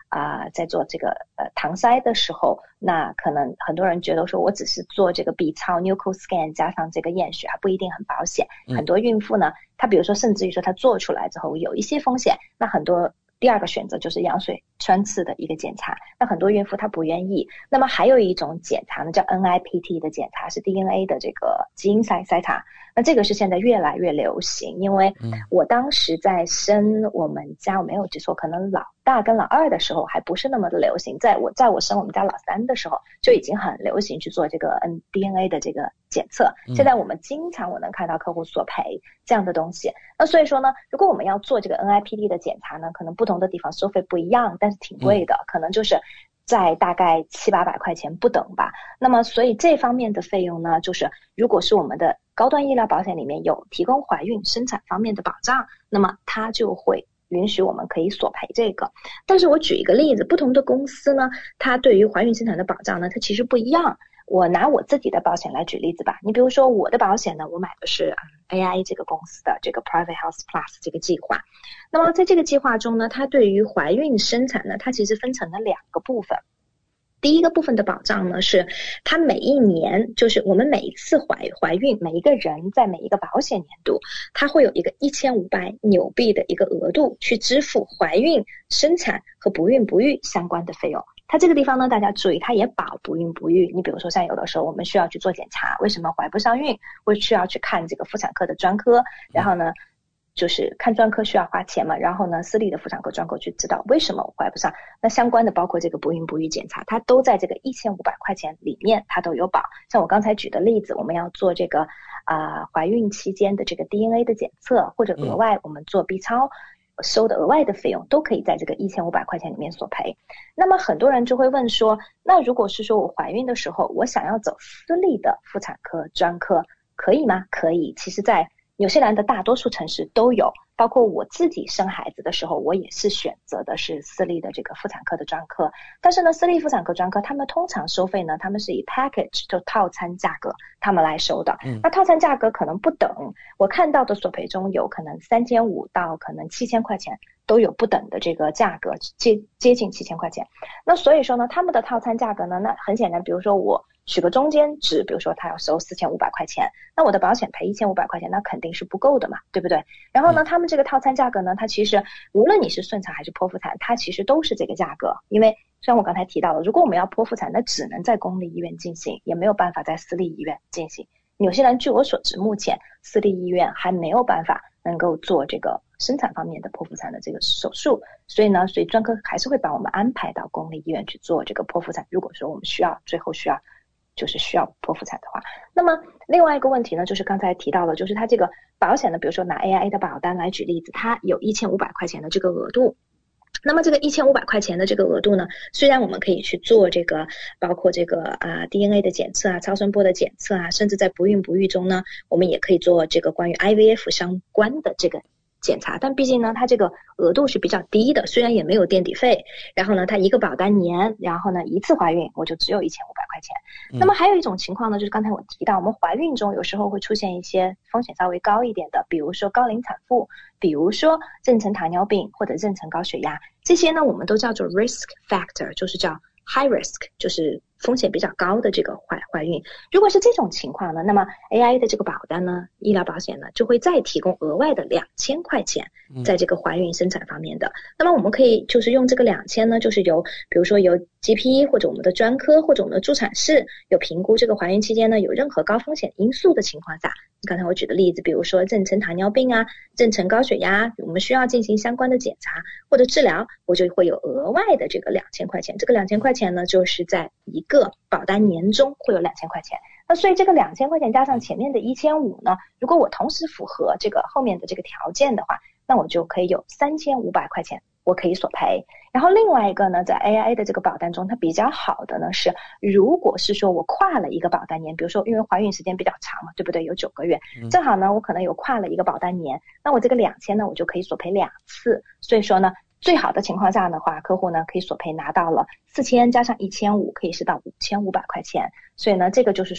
Speaker 8: 在做这个搪塞的时候，那可能很多人觉得说我只是做这个 B 超 Nuchal scan 加上这个验血还不一定很保险，很多孕妇呢，她比如说甚至于说她做出来之后有一些风险，那很多第二个选择就是羊水穿刺的一个检查，那很多孕妇她不愿意。那么还有一种检查呢叫 NIPT 的检查，是 DNA 的这个基因筛查，那这个是现在越来越流行。因为我当时在生我们家，我没有记错，可能老大跟老二的时候还不是那么的流行，在我生我们家老三的时候就已经很流行去做这个 DNA 的这个检测，现在我们经常我能看到客户索赔这样的东西。那所以说呢，如果我们要做这个 NIPT 的检查呢，可能不同的地方收费不一样，但是挺贵的，可能就是在大概700-800块钱不等吧。那么所以这方面的费用呢，就是如果是我们的高端医疗保险里面有提供怀孕生产方面的保障，那么它就会允许我们可以索赔这个。但是我举一个例子，不同的公司呢，它对于怀孕生产的保障呢，它其实不一样。我拿我自己的保险来举例子吧，你比如说我的保险呢，我买的是AIA 这个公司的这个 Private Health Plus 这个计划。那么在这个计划中呢，它对于怀孕生产呢，它其实分成了2个部分。第一个部分的保障呢，是它每一年，就是我们每一次怀孕，每一个人在每一个保险年度，它会有一个1500纽币的一个额度去支付怀孕、生产和不孕不育相关的费用。它这个地方呢，大家注意，它也保不孕不育。你比如说像有的时候我们需要去做检查，为什么怀不上孕，会需要去看这个妇产科的专科，然后呢就是看专科需要花钱嘛，然后呢私立的妇产科专科去知道为什么我怀不上，那相关的包括这个不孕不育检查，它都在这个1500块钱里面它都有保。像我刚才举的例子，我们要做这个怀孕期间的这个 DNA 的检测，或者额外我们做 B 超收的额外的费用，都可以在这个1500块钱里面索赔。那么很多人就会问说，那如果是说我怀孕的时候我想要走私立的妇产科专科可以吗？可以，其实在纽西兰的大多数城市都有，包括我自己生孩子的时候，我也是选择的是私立的这个妇产科的专科。但是呢，私立妇产科专科他们通常收费呢，他们是以 package 就套餐价格他们来收的。那套餐价格可能不等，我看到的索赔中有可能3500到可能7000块钱都有不等的这个价格，接近7000块钱。那所以说呢，他们的套餐价格呢，那很显然，比如说我取个中间值，比如说他要收4500块钱，那我的保险赔1500块钱，那肯定是不够的嘛，对不对？然后呢，他们这个套餐价格呢，它其实无论你是顺产还是剖腹产，它其实都是这个价格。因为像我刚才提到了，如果我们要剖腹产，那只能在公立医院进行，也没有办法在私立医院进行。纽西兰据我所知，目前私立医院还没有办法能够做这个生产方面的剖腹产的这个手术，所以呢，所以专科还是会把我们安排到公立医院去做这个剖腹产。如果说我们最后需要剖腹产的话，那么另外一个问题呢，就是刚才提到了，就是它这个保险呢，比如说拿 AIA 的保单来举例子，它有1500块钱的这个额度。那么这个1500块钱的这个额度呢，虽然我们可以去做这个包括这个DNA 的检测超声波的检测甚至在不孕不育中呢，我们也可以做这个关于 IVF 相关的这个检查，但毕竟呢它这个额度是比较低的，虽然也没有垫底费，然后呢它一个保单年，然后呢一次怀孕我就只有1500块钱。那么还有一种情况呢，就是刚才我提到我们怀孕中有时候会出现一些风险稍微高一点的，比如说高龄产妇，比如说妊娠糖尿病或者妊娠高血压，这些呢我们都叫做 risk factor， 就是叫 high risk， 就是风险比较高的这个怀孕。如果是这种情况呢，那么 AIA 的这个保单呢，医疗保险呢就会再提供额外的2000块钱在这个怀孕生产方面的。那么我们可以就是用这个2000呢，就是比如说由 GP 或者我们的专科或者我们的助产士有评估这个怀孕期间呢有任何高风险因素的情况下，刚才我举的例子，比如说妊娠糖尿病妊娠高血压，我们需要进行相关的检查或者治疗，我就会有额外的这个2000块钱。这个2000块钱呢，就是在一个保单年中会有2000块钱。那所以这个2000块钱加上前面的1500呢，如果我同时符合这个后面的这个条件的话，那我就可以有3500块钱我可以索赔。然后另外一个呢，在 AIA 的这个保单中，它比较好的呢是，如果是说我跨了一个保单年，比如说因为怀孕时间比较长嘛，对不对？有9个月，正好呢我可能有跨了一个保单年，那我这个2000呢我就可以索赔2次。所以说呢，最好的情况下的话，客户呢可以索赔拿到了4000加上1500，可以是到5500块钱。所以呢，这个就是说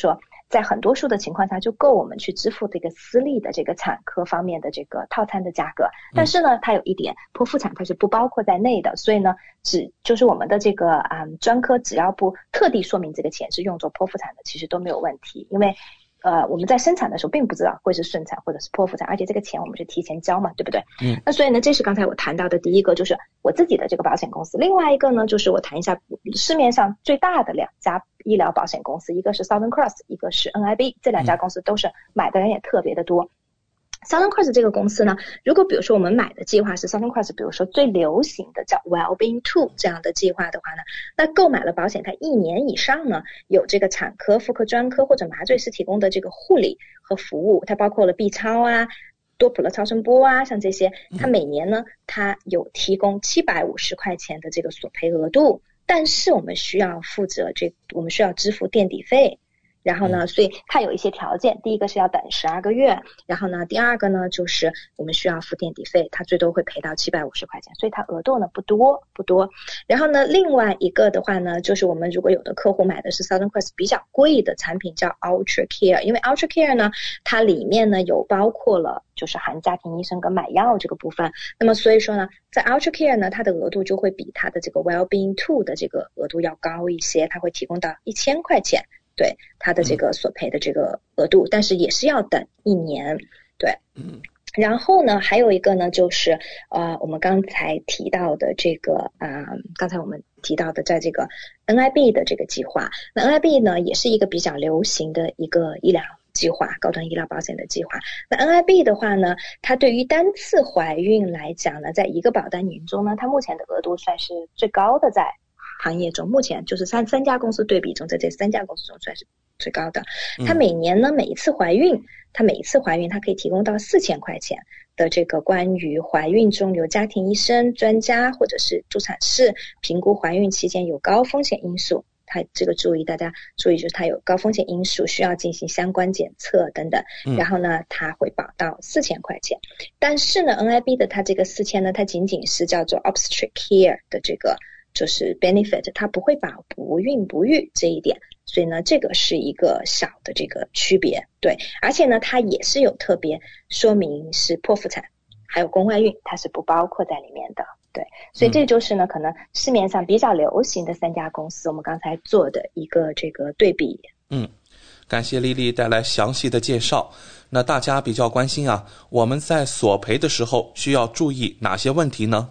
Speaker 8: 在很多数的情况下就够我们去支付这个私立的这个产科方面的这个套餐的价格。但是呢，它有一点，剖腹产它是不包括在内的，所以呢，就是我们的这个专科只要不特地说明这个钱是用作剖腹产的，其实都没有问题，因为我们在生产的时候并不知道会是顺产或者是剖腹产，而且这个钱我们是提前交嘛，对不对？那所以呢，这是刚才我谈到的第一个，就是我自己的这个保险公司。另外一个呢，就是我谈一下市面上最大的2家医疗保险公司，一个是 Southern Cross， 一个是 NIB， 这2家公司都是买的人也特别的多。Southern Cross 这个公司呢，如果比如说我们买的计划是 Southern Cross 比如说最流行的叫 Wellbeing 2这样的计划的话呢，那购买了保险它1年以上呢，有这个产科、妇科专科或者麻醉师提供的这个护理和服务，它包括了 B 超啊、多普勒超声波啊，像这些，它每年呢它有提供750块钱的这个索赔额度，但是我们需要我们需要支付垫底费。然后呢，所以它有一些条件，第一个是要等12个月，然后呢，第二个呢就是我们需要付垫底费，它最多会赔到750块钱，所以它额度呢不多。然后呢，另外一个的话呢，就是我们如果有的客户买的是 Southern Cross 比较贵的产品叫 Ultra Care， 因为 Ultra Care 呢，它里面呢有包括了就是含家庭医生跟买药这个部分，那么所以说呢，在 Ultra Care 呢，它的额度就会比它的这个 Wellbeing 2的这个额度要高一些，它会提供到1000块钱。对它的这个索赔的这个额度，但是也是要等1年。对，然后呢，还有一个呢，就是我们刚才提到的这个刚才我们提到的在这个 NIB 的这个计划，那 NIB 呢也是一个比较流行的一个医疗计划，高端医疗保险的计划。那 NIB 的话呢，它对于单次怀孕来讲呢，在一个保单年中呢，它目前的额度算是最高的，在行业中目前就是三家公司对比中，在这3家公司中算是最高的。它每年呢，每一次怀孕它可以提供到4000块钱的这个关于怀孕中由家庭医生、专家或者是助产士评估怀孕期间有高风险因素，它这个大家注意，就是它有高风险因素需要进行相关检测等等，然后呢它会保到4000块钱。但是呢 NIB 的它这个4000呢，它仅仅是叫做 obstetric care 的这个就是 benefit， 它不会保不孕不育这一点，所以呢这个是一个小的这个区别。对，而且呢它也是有特别说明是剖腹产还有宫外孕它是不包括在里面的。对，所以这就是呢可能市面上比较流行的3家公司我们刚才做的一个这个对比。
Speaker 6: 感谢丽丽带来详细的介绍。那大家比较关心我们在索赔的时候需要注意哪些问题呢？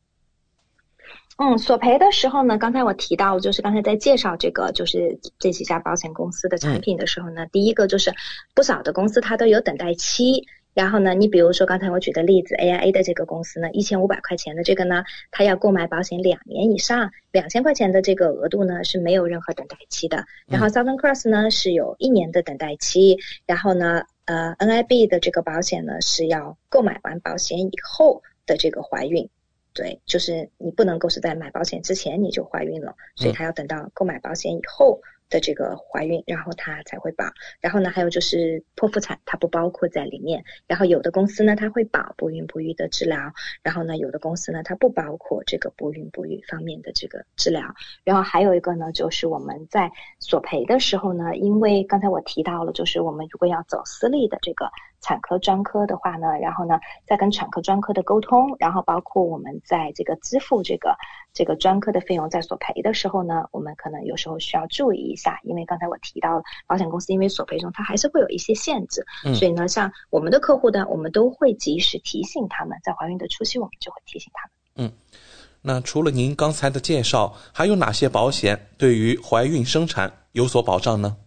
Speaker 8: 索赔的时候呢，刚才我提到，就是刚才在介绍这个就是这几家保险公司的产品的时候呢，第一个就是不少的公司它都有等待期。然后呢，你比如说刚才我举的例子 AIA 的这个公司呢，1500块钱的这个呢，它要购买保险2年以上，2000块钱的这个额度呢是没有任何等待期的。然后 Southern Cross 呢是有1年的等待期，然后呢NIB 的这个保险呢是要购买完保险以后的这个怀孕。对，就是你不能够是在买保险之前你就怀孕了，所以他要等到购买保险以后的这个怀孕，然后他才会保。然后呢，还有就是剖腹产，它不包括在里面。然后有的公司呢，它会保不孕不育的治疗，然后呢，有的公司呢，它不包括这个不孕不育方面的这个治疗。然后还有一个呢，就是我们在索赔的时候呢，因为刚才我提到了，就是我们如果要走私立的这个产科专科的话呢，然后呢再跟产科专科的沟通，然后包括我们在这个支付这个专科的费用，在索赔的时候呢，我们可能有时候需要注意一下，因为刚才我提到了保险公司因为索赔中它还是会有一些限制，所以呢像我们的客户呢，我们都会及时提醒他们，在怀孕的初期我们就会提醒他们。
Speaker 6: 那除了您刚才的介绍，还有哪些保险对于怀孕生产有所保障呢？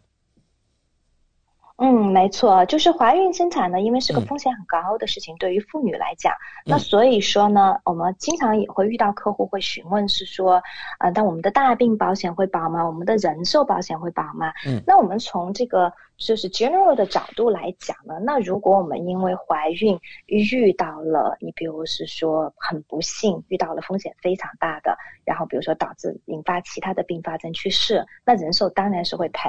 Speaker 8: 没错，就是怀孕生产呢，因为是个风险很高的事情，对于妇女来讲，那所以说呢，我们经常也会遇到客户会询问是说，但我们的大病保险会保吗？我们的人寿保险会保吗？那我们从这个就是 general 的角度来讲呢，那如果我们因为怀孕遇到了，你比如是说很不幸遇到了风险非常大的，然后比如说导致引发其他的并发症去世，那人寿当然是会赔。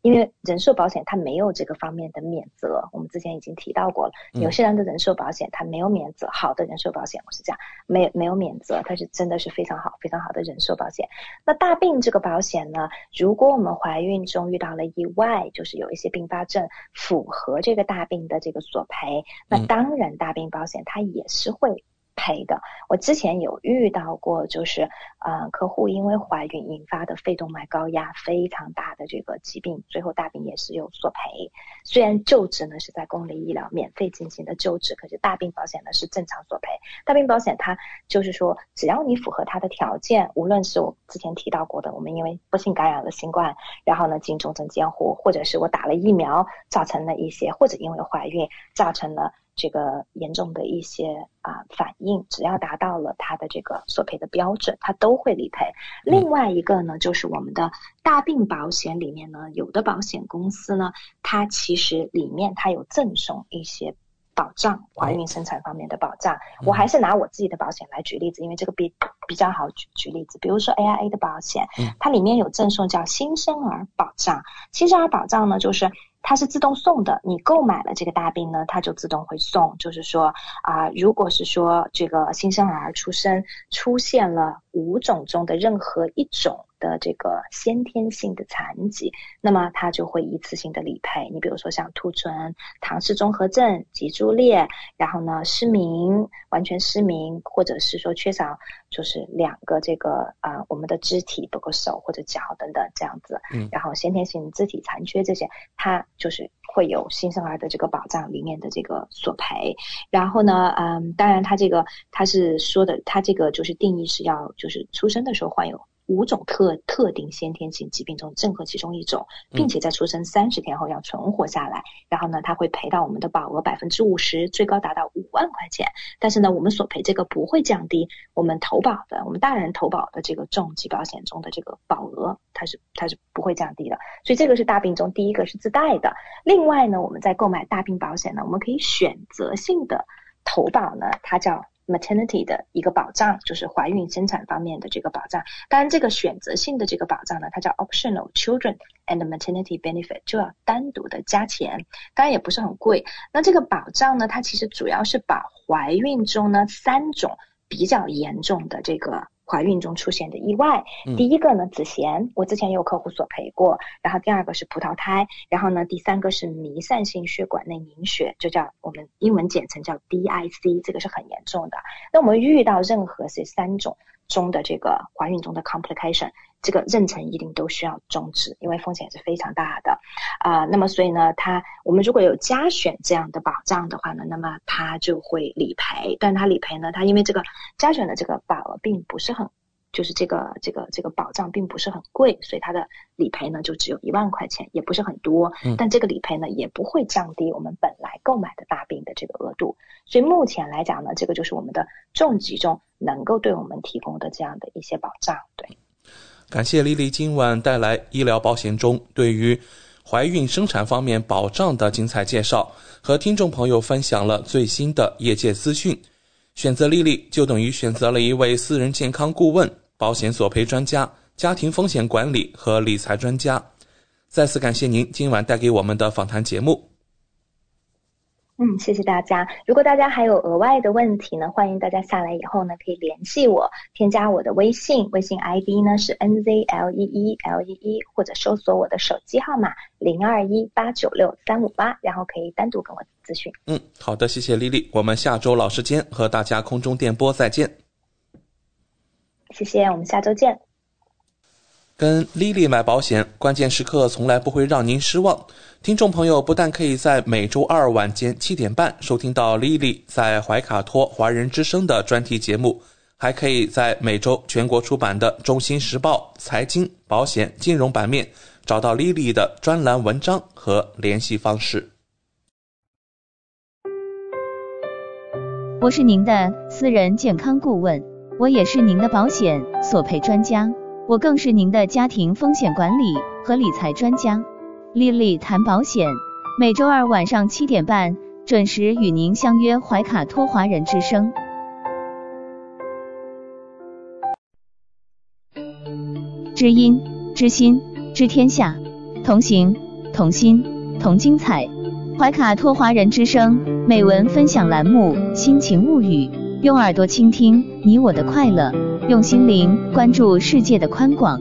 Speaker 8: 因为人寿保险它没有这个方面的免责，我们之前已经提到过了，纽西兰的人寿保险它没有免责，好的人寿保险我是这样，没有免责，它是真的是非常好非常好的人寿保险。那大病这个保险呢，如果我们怀孕中遇到了意外，就是有一些并发症符合这个大病的这个索赔，那当然大病保险它也是会赔的。我之前有遇到过，就是客户因为怀孕引发的肺动脉高压非常大的这个疾病，最后大病也是有索赔。虽然救治呢是在公立医疗免费进行的救治，可是大病保险呢是正常索赔。大病保险它就是说，只要你符合它的条件，无论是我之前提到过的，我们因为不幸感染了新冠，然后呢进重症监护，或者是我打了疫苗造成了一些，或者因为怀孕造成了这个严重的一些反应，只要达到了它的这个索赔的标准，它都会理赔。另外一个呢，就是我们的大病保险里面呢，有的保险公司呢，它其实里面它有赠送一些保障，怀孕生产方面的保障。我还是拿我自己的保险来举例子，因为这个比较好举例子。比如说 AIA 的保险，它里面有赠送叫新生儿保障。新生儿保障呢，就是它是自动送的，你购买了这个大病呢，它就自动会送。就是说如果是说这个新生儿出生出现了5种中的任何一种的这个先天性的残疾，那么它就会一次性的理赔。你比如说像兔唇、唐氏综合症、脊柱裂，然后呢失明、完全失明，或者是说缺少就是2个这个我们的肢体，包括手或者脚等等这样子，然后先天性肢体残缺这些，它就是会有新生儿的这个保障里面的这个索赔。然后呢当然它是说的，它这个就是定义是要就是出生的时候患有5种特定先天性疾病中任何其中一种，并且在出生30天后要存活下来，然后呢它会赔到我们的保额50%，最高达到5万块钱。但是呢我们索赔这个不会降低我们大人投保的这个重疾保险中的这个保额，它是不会降低的。所以这个是大病中第一个是自带的。另外呢，我们在购买大病保险呢，我们可以选择性的投保呢，它叫maternity 的一个保障，就是怀孕生产方面的这个保障。当然这个选择性的这个保障呢，它叫 optional children and maternity benefit， 就要单独的加钱，当然也不是很贵。那这个保障呢，它其实主要是把怀孕中呢3种比较严重的这个怀孕中出现的意外，第一个呢子痫，我之前也有客户索赔过，然后第2个是葡萄胎，然后呢第3个是弥散性血管内凝血，就叫我们英文简称叫 DIC， 这个是很严重的。那我们遇到任何是3种中的这个怀孕中的 complication， 这个妊娠一定都需要终止，因为风险是非常大的那么所以呢我们如果有加选这样的保障的话呢，那么它就会理赔。但它理赔呢，它因为这个加选的这个保额并不是很，就是这个保障并不是很贵，所以它的理赔呢就只有1万块钱，也不是很多，但这个理赔呢也不会降低我们本来购买的大病的这个额度。所以目前来讲呢，这个就是我们的重疾中能够对我们提供的这样的一些保障。对，
Speaker 6: 感谢莉莉今晚带来医疗保险中对于怀孕生产方面保障的精彩介绍，和听众朋友分享了最新的业界资讯。选择莉莉就等于选择了一位私人健康顾问、保险索赔专家、家庭风险管理和理财专家。再次感谢您今晚带给我们的访谈节目。
Speaker 8: 谢谢大家。如果大家还有额外的问题呢，欢迎大家下来以后呢可以联系我，添加我的微信 ID 呢是 NZLEELEE， 或者搜索我的手机号码0218963558，然后可以单独跟我咨询。
Speaker 6: 好的，谢谢莉莉，我们下周老时间和大家空中电波再见。
Speaker 8: 谢谢，我们下周见。
Speaker 6: 跟莉莉买保险，关键时刻从来不会让您失望。听众朋友不但可以在每周2晚间7点半收听到莉莉在怀卡托华人之声的专题节目，还可以在每周全国出版的中新时报财经、保险、金融版面找到莉莉的专栏文章和联系方式。
Speaker 5: 我是您的私人健康顾问，我也是您的保险索赔专家，我更是您的家庭风险管理和理财专家。莉莉谈保险，每周2晚上7点半准时与您相约怀卡托华人之声。知音、知心、知天下，同行同心，同精彩。怀卡托华人之声美文分享栏目《心情物语》，用耳朵倾听你我的快乐，用心灵关注世界的宽广。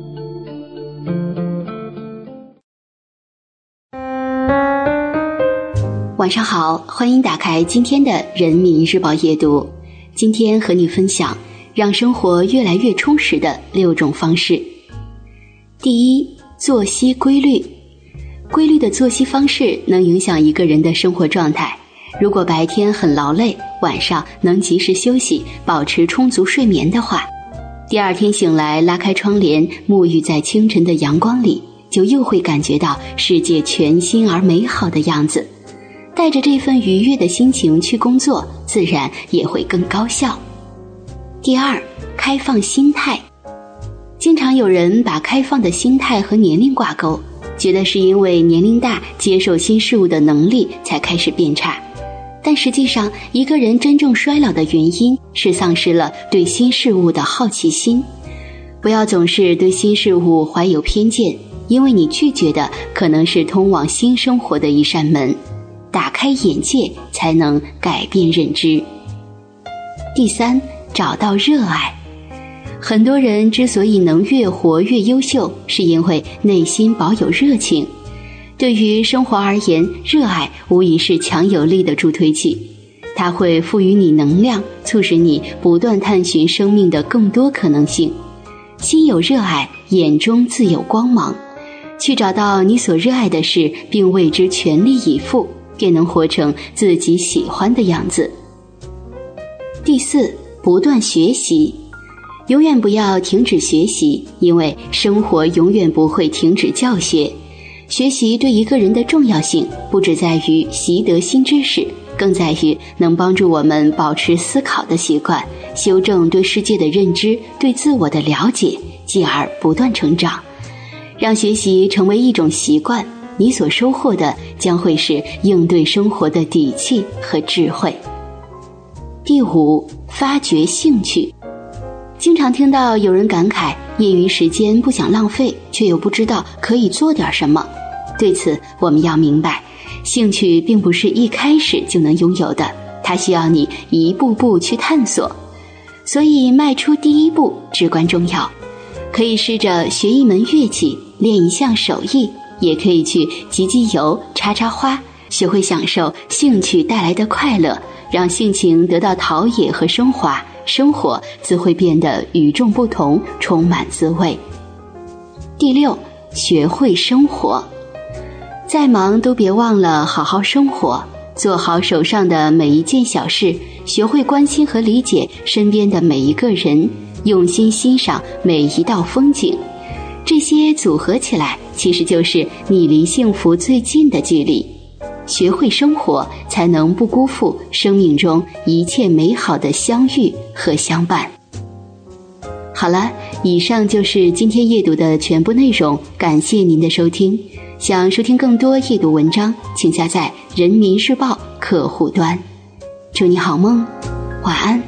Speaker 9: 晚上好，欢迎打开今天的人民日报夜读。今天和你分享让生活越来越充实的6种方式。第一，作息规律。规律的作息方式能影响一个人的生活状态。如果白天很劳累，晚上能及时休息，保持充足睡眠的话，第二天醒来拉开窗帘，沐浴在清晨的阳光里，就又会感觉到世界全新而美好的样子。带着这份愉悦的心情去工作，自然也会更高效。第二，开放心态。经常有人把开放的心态和年龄挂钩，觉得是因为年龄大，接受新事物的能力才开始变差。但实际上，一个人真正衰老的原因是丧失了对新事物的好奇心。不要总是对新事物怀有偏见，因为你拒绝的可能是通往新生活的一扇门。打开眼界，才能改变认知。第三，找到热爱。很多人之所以能越活越优秀，是因为内心保有热情。对于生活而言，热爱无疑是强有力的助推器，它会赋予你能量，促使你不断探寻生命的更多可能性。心有热爱，眼中自有光芒。去找到你所热爱的事，并为之全力以赴，便能活成自己喜欢的样子。第四，不断学习。永远不要停止学习，因为生活永远不会停止教学。学习对一个人的重要性，不只在于习得新知识，更在于能帮助我们保持思考的习惯，修正对世界的认知，对自我的了解，继而不断成长。让学习成为一种习惯，你所收获的将会是应对生活的底气和智慧。第五，发掘兴趣。经常听到有人感慨，业余时间不想浪费，却又不知道可以做点什么。对此，我们要明白，兴趣并不是一开始就能拥有的，它需要你一步步去探索。所以迈出第一步至关重要。可以试着学一门乐器，练一项手艺，也可以去集集邮，插插花，学会享受兴趣带来的快乐，让性情得到陶冶和升华，生活自会变得与众不同，充满滋味。第六，学会生活。再忙都别忘了好好生活，做好手上的每一件小事，学会关心和理解身边的每一个人，用心欣赏每一道风景。这些组合起来，其实就是你离幸福最近的距离。学会生活，才能不辜负生命中一切美好的相遇和相伴。好了，以上就是今天夜读的全部内容，感谢您的收听。想收听更多夜读文章，请下载人民日报客户端。祝你好梦，晚安。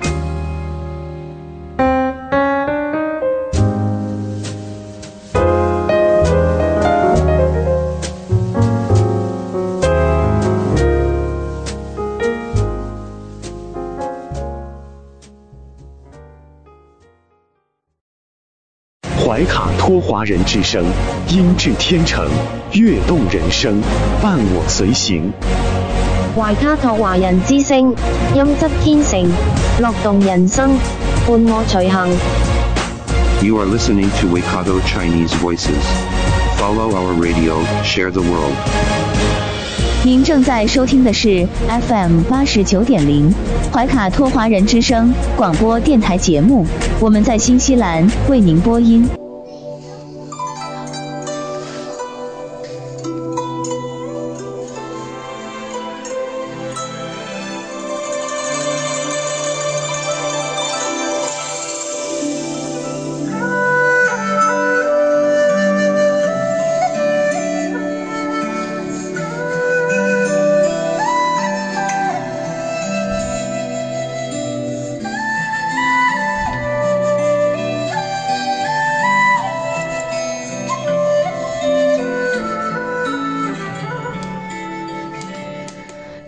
Speaker 10: 怀卡托华人之声，音质天成，悦动人生，伴我随行。
Speaker 3: 懷卡托華人之聲，音質天成，樂動人生，伴我隨行。
Speaker 4: You are listening to Waikato Chinese Voices. Follow our radio, share the world.
Speaker 5: 您正在收听的是 FM 89.0怀卡托华人之声广播电台节目，我们在新西兰为您播音。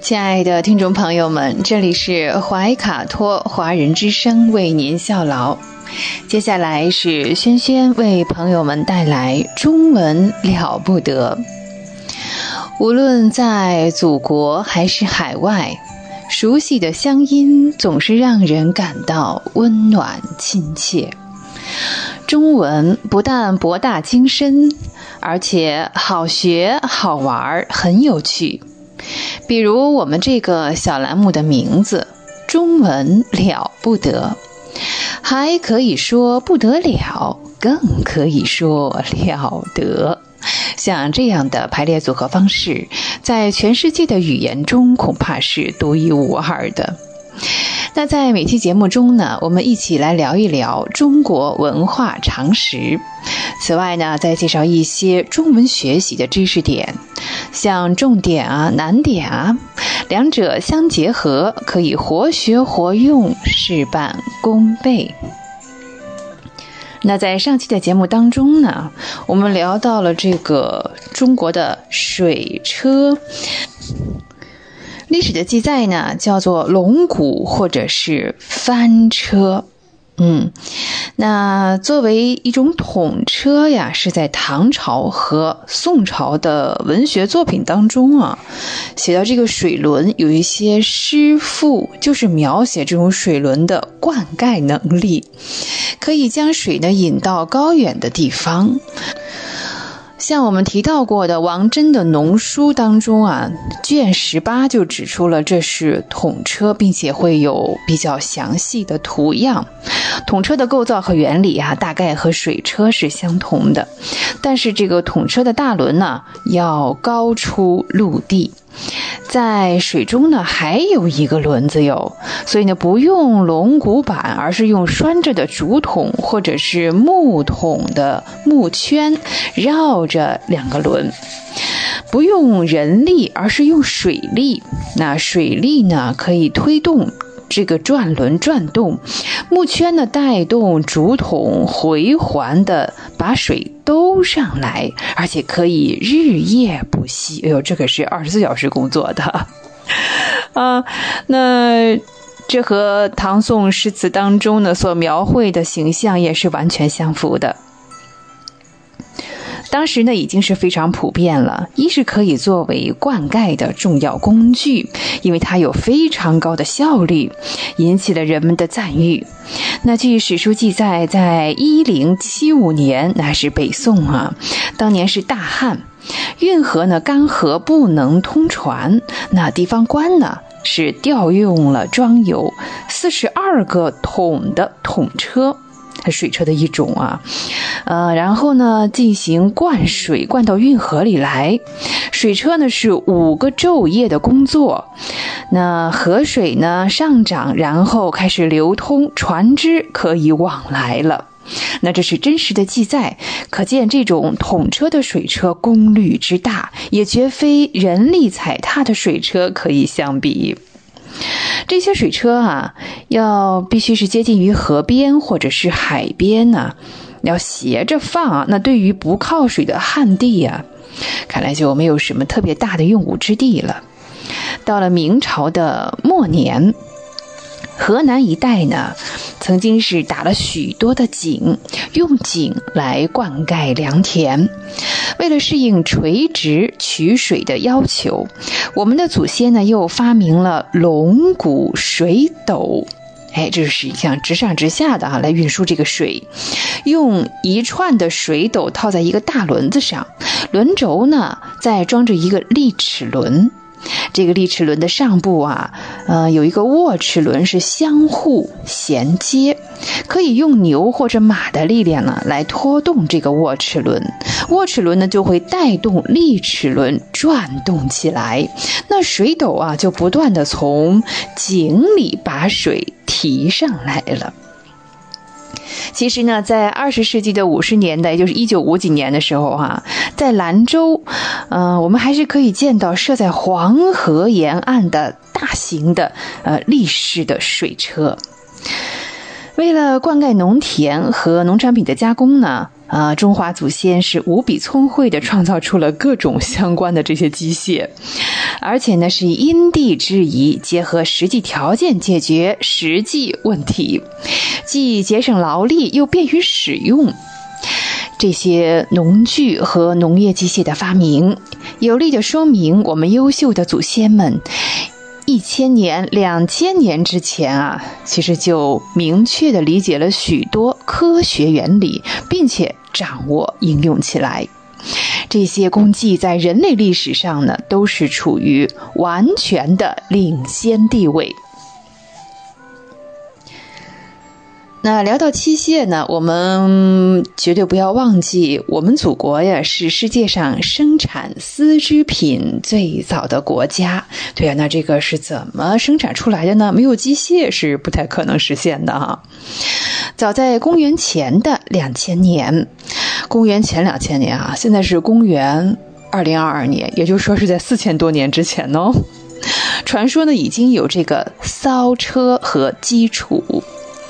Speaker 11: 亲爱的听众朋友们，这里是怀卡托华人之声为您效劳。接下来是轩轩为朋友们带来中文了不得。无论在祖国还是海外，熟悉的乡音总是让人感到温暖亲切。中文不但博大精深，而且好学好玩，很有趣。比如我们这个小栏目的名字中文了不得，还可以说不得了，更可以说了得。像这样的排列组合方式，在全世界的语言中恐怕是独一无二的。那在每期节目中呢，我们一起来聊一聊中国文化常识。此外呢，再介绍一些中文学习的知识点，像重点啊、难点啊，两者相结合，可以活学活用，事半功倍。那在上期的节目当中呢，我们聊到了这个中国的水车。历史的记载呢，叫做龙骨或者是翻车。那作为一种统车呀，是在唐朝和宋朝的文学作品当中啊，写到这个水轮有一些诗赋，就是描写这种水轮的灌溉能力，可以将水呢引到高远的地方。像我们提到过的王真的农书当中啊，卷18就指出了这是统车，并且会有比较详细的图样。统车的构造和原理啊，大概和水车是相同的，但是这个统车的大轮呢，要高出陆地。在水中呢还有一个轮子哟，所以呢不用龙骨板，而是用拴着的竹筒或者是木桶的木圈绕着两个轮，不用人力，而是用水力。那水力呢可以推动这个转轮转动，木圈呢带动竹筒回环的把水兜上来，而且可以日夜不息。哎呦，这可是24小时工作的那这和唐宋诗词当中呢所描绘的形象也是完全相符的。当时呢已经是非常普遍了，一是可以作为灌溉的重要工具，因为它有非常高的效率，引起了人们的赞誉。那据史书记载，在1075年，那是北宋啊，当年是大旱，运河呢干涸不能通船，那地方官呢是调用了装有42个桶的桶车，水车的一种啊，然后呢进行灌水，灌到运河里来。水车呢是5个昼夜的工作，那河水呢上涨，然后开始流通，船只可以往来了。那这是真实的记载，可见这种统车的水车功率之大，也绝非人力踩踏的水车可以相比。这些水车啊，必须是接近于河边或者是海边呢，要斜着放啊。那对于不靠水的旱地啊，看来就没有什么特别大的用武之地了。到了明朝的末年，河南一带呢，曾经是打了许多的井，用井来灌溉良田。为了适应垂直取水的要求，我们的祖先呢又发明了龙骨水斗。这是像直上直下的来运输这个水，用一串的水斗套在一个大轮子上，轮轴呢再装着一个立齿轮。这个立齿轮的上部啊，有一个握齿轮是相互衔接，可以用牛或者马的力量呢来拖动这个握齿轮，握齿轮呢就会带动立齿轮转动起来，那水斗啊就不断的从井里把水提上来了。其实呢，在20世纪的50年代，也就是1950几年的时候在兰州，我们还是可以见到设在黄河沿岸的大型的立式的水车。为了灌溉农田和农产品的加工呢， 中华祖先是无比聪慧的创造出了各种相关的这些机械，而且呢是以因地制宜，结合实际条件解决实际问题，既节省劳力又便于使用。这些农具和农业机械的发明，有力地说明我们优秀的祖先们1000年、2000年之前其实就明确地理解了许多科学原理，并且掌握应用起来。这些功绩在人类历史上呢，都是处于完全的领先地位。那聊到机械呢，我们绝对不要忘记，我们祖国呀是世界上生产丝织品最早的国家。对啊，那这个是怎么生产出来的呢？没有机械是不太可能实现的哈。早在公元前的2000年，公元前2000年现在是公元2022年，也就是说是在4000多年之前哦。传说呢已经有这个骚车和基础。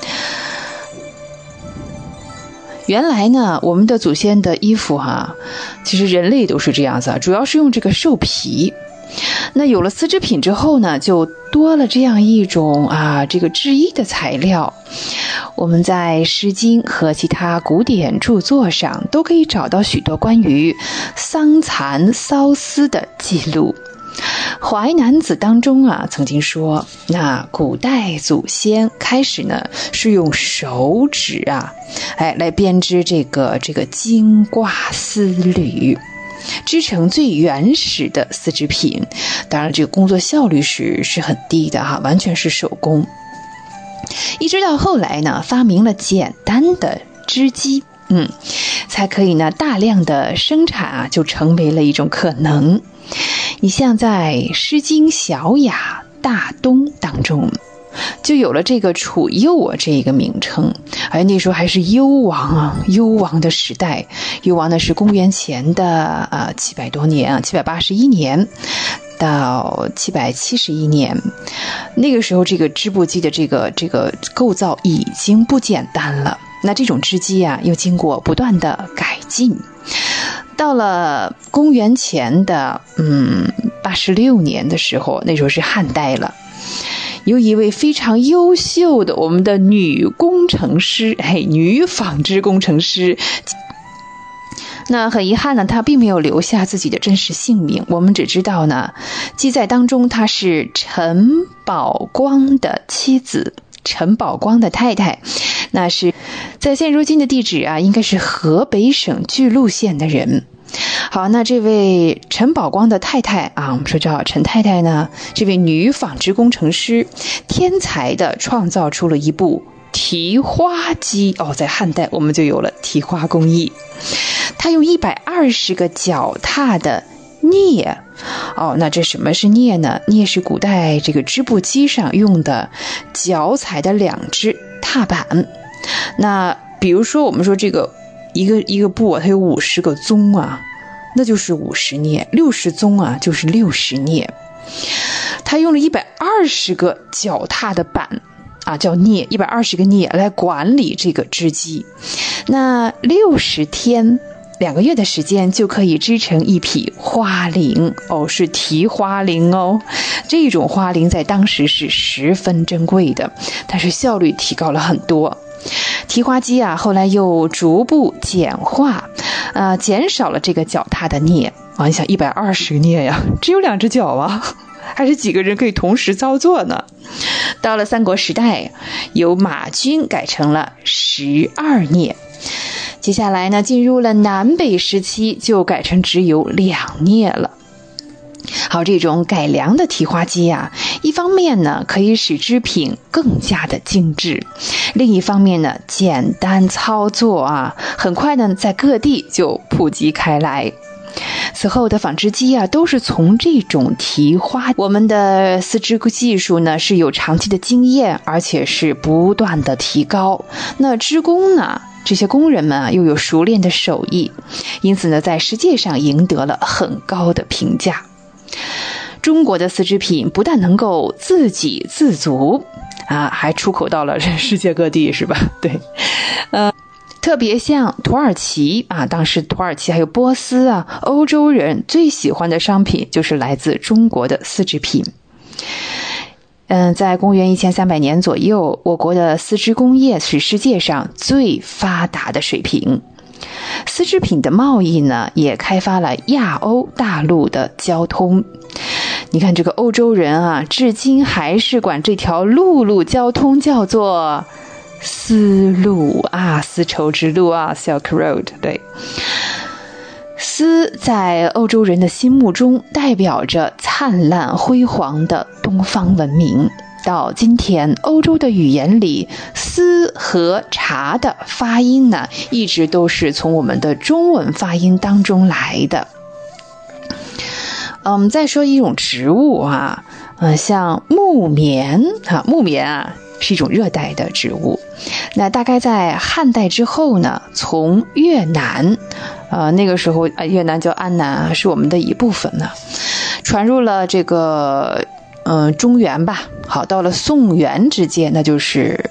Speaker 11: 原来呢，我们的祖先的衣服其实人类都是这样子，主要是用这个兽皮。那有了丝织品之后呢，就多了这样一种这个织衣的材料。我们在《诗经》和其他古典著作上都可以找到许多关于桑蚕缫丝的记录。《淮南子》当中曾经说，那古代祖先开始呢是用手指来编织这个经挂丝缕，织成最原始的丝织品。当然这个工作效率是很低的完全是手工。一直到后来呢，发明了简单的织机，才可以呢大量的生产就成为了一种可能。你像在《诗经·小雅·大东》当中就有了这个楚右这个名称，而那时候还是幽王幽王的时代。幽王呢是公元前的700多年781年到771年。那个时候这个织布机的这个构造已经不简单了。那这种织机又经过不断的改进。到了公元前的86年的时候，那时候是汉代了。有一位非常优秀的我们的女工程师，女纺织工程师。那很遗憾呢，她并没有留下自己的真实姓名，我们只知道呢，记载当中她是陈宝光的妻子，陈宝光的太太。那是在现如今的地址应该是河北省巨鹿县的人。好，那这位陈宝光的太太我们说叫陈太太呢，这位女纺织工程师天才的创造出了一部提花机。在汉代我们就有了提花工艺。她用120个脚踏的镊。那这什么是镊呢？镊是古代这个织布机上用的脚踩的2只踏板。那比如说我们说这个一个布它有50个宗那就是50镊，60宗就是60镊。他用了120个脚踏的板叫镊，120个镊来管理这个织机。那60天2个月的时间就可以织成一匹花绫。是提花绫这种花绫在当时是十分珍贵的，但是效率提高了很多。提花机后来又逐步简化，减少了这个脚踏的镊。你想120个镊呀，只有2只脚还是几个人可以同时操作呢？到了三国时代，由马军改成了12镊。接下来呢，进入了南北时期，就改成只有2镊了。好，这种改良的提花机一方面呢可以使织品更加的精致，另一方面呢简单操作很快呢在各地就普及开来。此后的纺织机都是从这种提花。我们的丝织技术呢是有长期的经验，而且是不断的提高。那织工呢，这些工人们又有熟练的手艺，因此呢在世界上赢得了很高的评价。中国的丝织品不但能够自给自足还出口到了世界各地，是吧？对， 特别像土耳其啊，当时土耳其还有波斯啊，欧洲人最喜欢的商品就是来自中国的丝织品。在公元1300年左右，我国的丝织工业是世界上最发达的水平。丝织品的贸易呢，也开发了亚欧大陆的交通。你看这个欧洲人啊，至今还是管这条陆路交通叫做丝路啊，丝绸之路啊 Silk Road。 对，丝在欧洲人的心目中代表着灿烂辉煌的东方文明。到今天，欧洲的语言里，丝和茶的发音呢，一直都是从我们的中文发音当中来的。再说一种植物啊，像木棉啊，木棉啊是一种热带的植物。那大概在汉代之后呢，从越南，那个时候越南叫安南啊，是我们的一部分呢，传入了这个中原吧。好，到了宋元之间，那就是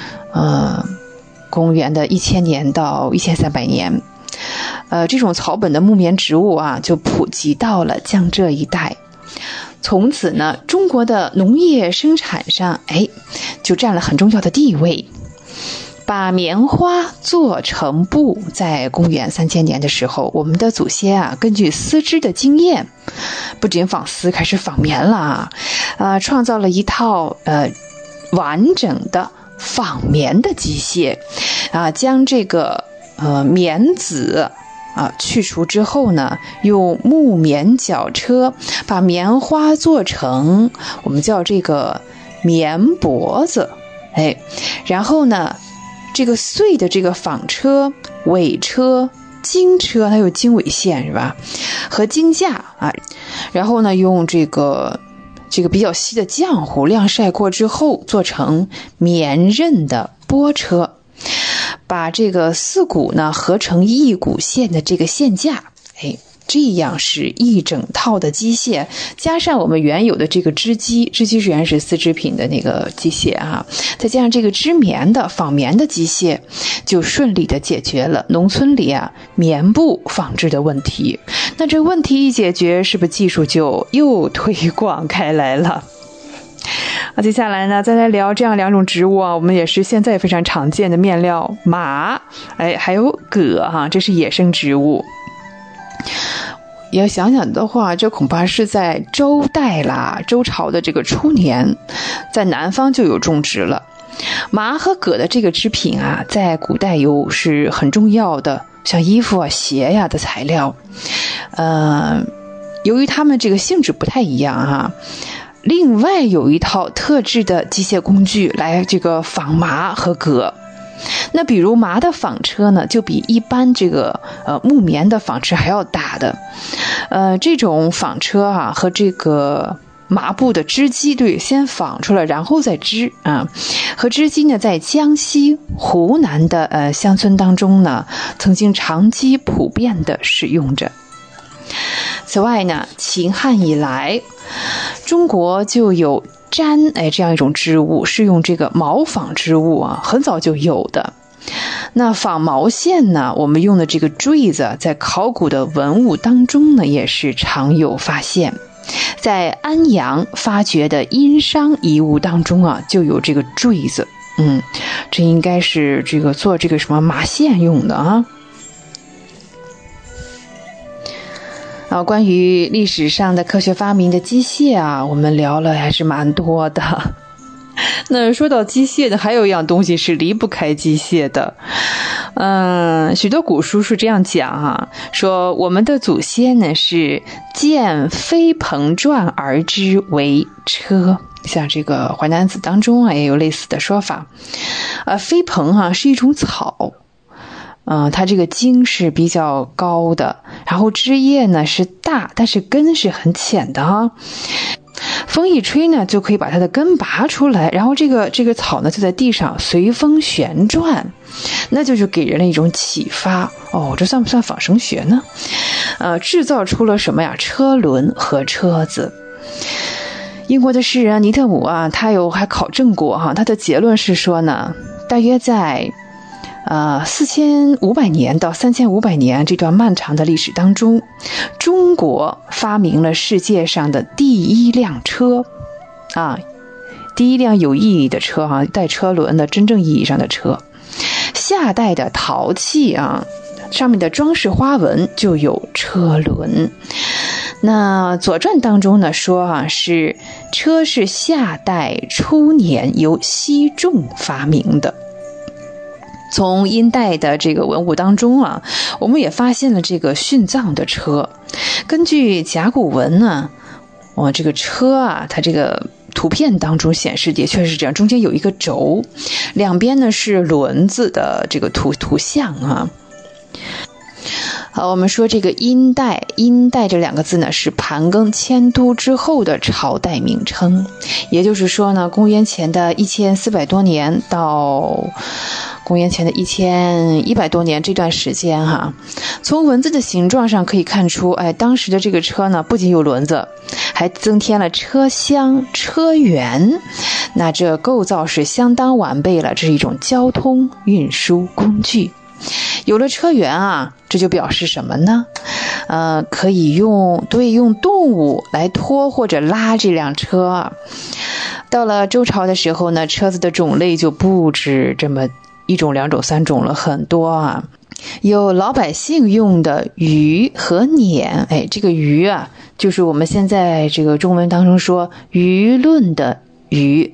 Speaker 11: 公元的1000年到1300年。这种草本的木棉植物啊，就普及到了江浙一带。从此呢，中国的农业生产上，就占了很重要的地位。把棉花做成布，在公元3000年的时候，我们的祖先啊，根据丝织的经验，不仅纺丝，开始纺棉了创造了一套完整的纺棉的机械将这个棉籽去除之后呢，用木棉绞车把棉花做成我们叫这个棉脖子，然后呢，这个碎的这个纺车、尾车、经车，它有经纬线是吧？和经架然后呢，用这个比较细的浆糊晾晒过之后，做成棉刃的拨车，把这个4股呢合成1股线的这个线架，这样是一整套的机械，加上我们原有的这个织机虽然是丝织品的那个机械再加上这个织棉的纺棉的机械，就顺利的解决了农村里棉布纺织的问题。那这个问题一解决，是不是技术就又推广开来了？接下来呢，再来聊这样2种植物我们也是现在非常常见的面料，麻还有葛这是野生植物。要想想的话，这恐怕是在周代啦，周朝的这个初年，在南方就有种植了。麻和葛的这个织品在古代有是很重要的，像衣服鞋的材料。由于它们这个性质不太一样另外有一套特制的机械工具来这个纺麻和葛。那比如麻的纺车呢，就比一般这个木棉的纺车还要大的。这种纺车和这个麻布的织机，对，先纺出来然后再织和织机呢，在江西、湖南的乡村当中呢，曾经长期普遍的使用着。此外呢，秦汉以来，中国就有毡这样一种织物，是用这个毛纺织物很早就有的。那纺毛线呢，我们用的这个坠子，在考古的文物当中呢，也是常有发现。在安阳发掘的殷商遗物当中就有这个坠子，这应该是这个做这个什么麻线用的关于历史上的科学发明的机械我们聊了还是蛮多的。那说到机械的，还有一样东西是离不开机械的。许多古书是这样讲说我们的祖先呢是见飞蓬转而之为车。像这个《淮南子》当中也有类似的说法。飞蓬是一种草。它这个茎是比较高的，然后枝叶呢是大，但是根是很浅的风一吹呢，就可以把它的根拔出来，然后这个草呢就在地上随风旋转，那就给人了一种启发。这算不算仿生学呢？制造出了什么呀？车轮和车子。英国的诗人尼特姆他还考证过他的结论是说呢，大约在 4500年到3500年这段漫长的历史当中，中国发明了世界上的第一辆车啊，第一辆有意义的车啊，带车轮的真正意义上的车。夏代的陶器啊，上面的装饰花纹就有车轮。那《左传》当中呢说啊，车是夏代初年由西仲发明的。从殷代的这个文物当中啊，我们也发现了这个殉葬的车。根据甲骨文呢，这个车啊，它这个图片当中显示的也确实是这样，中间有一个轴，两边呢是轮子的这个图像啊。好，我们说这个殷代这两个字呢是盘庚迁都之后的朝代名称，也就是说呢，公元前的1400多年到公元前的1100多年这段时间哈，从文字的形状上可以看出，当时的这个车呢不仅有轮子，还增添了车厢、车辕，那这构造是相当完备了，这是一种交通运输工具。有了车辕啊，这就表示什么呢？可以用动物来拖或者拉这辆车。到了周朝的时候呢，车子的种类就不止这么1种、2种、3种了，很多啊。有老百姓用的舆和辇，这个舆啊，就是我们现在这个中文当中说舆论的舆。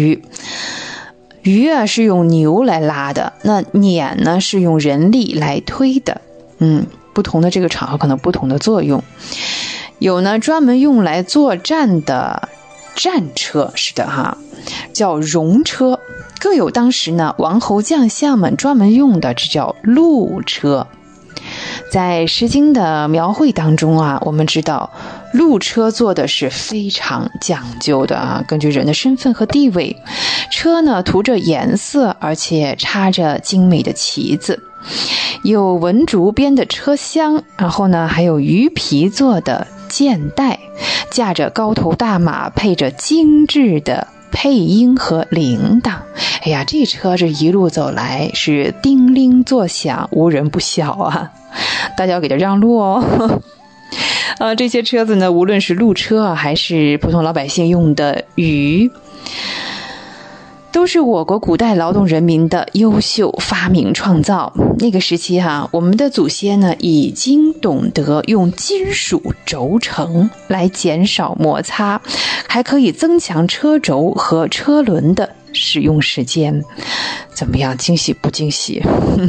Speaker 11: 舆啊是用牛来拉的，那辇呢是用人力来推的。不同的这个场合可能不同的作用。有呢专门用来作战的战车，是的哈，叫戎车。更有当时呢王侯将相们专门用的，这叫路车。在《诗经》的描绘当中啊，我们知道路车做的是非常讲究的啊，根据人的身份和地位，车呢涂着颜色，而且插着精美的旗子，有文竹编的车厢，然后呢还有鱼皮做的箭带，驾着高头大马，配着精致的配音和铃铛。这车这一路走来是叮铃作响，无人不晓啊，大家要给它让路哦。这些车子呢，无论是路车还是普通老百姓用的舆，都是我国古代劳动人民的优秀发明创造。那个时期我们的祖先呢已经懂得用金属轴承来减少摩擦，还可以增强车轴和车轮的使用时间。怎么样，惊喜不惊喜？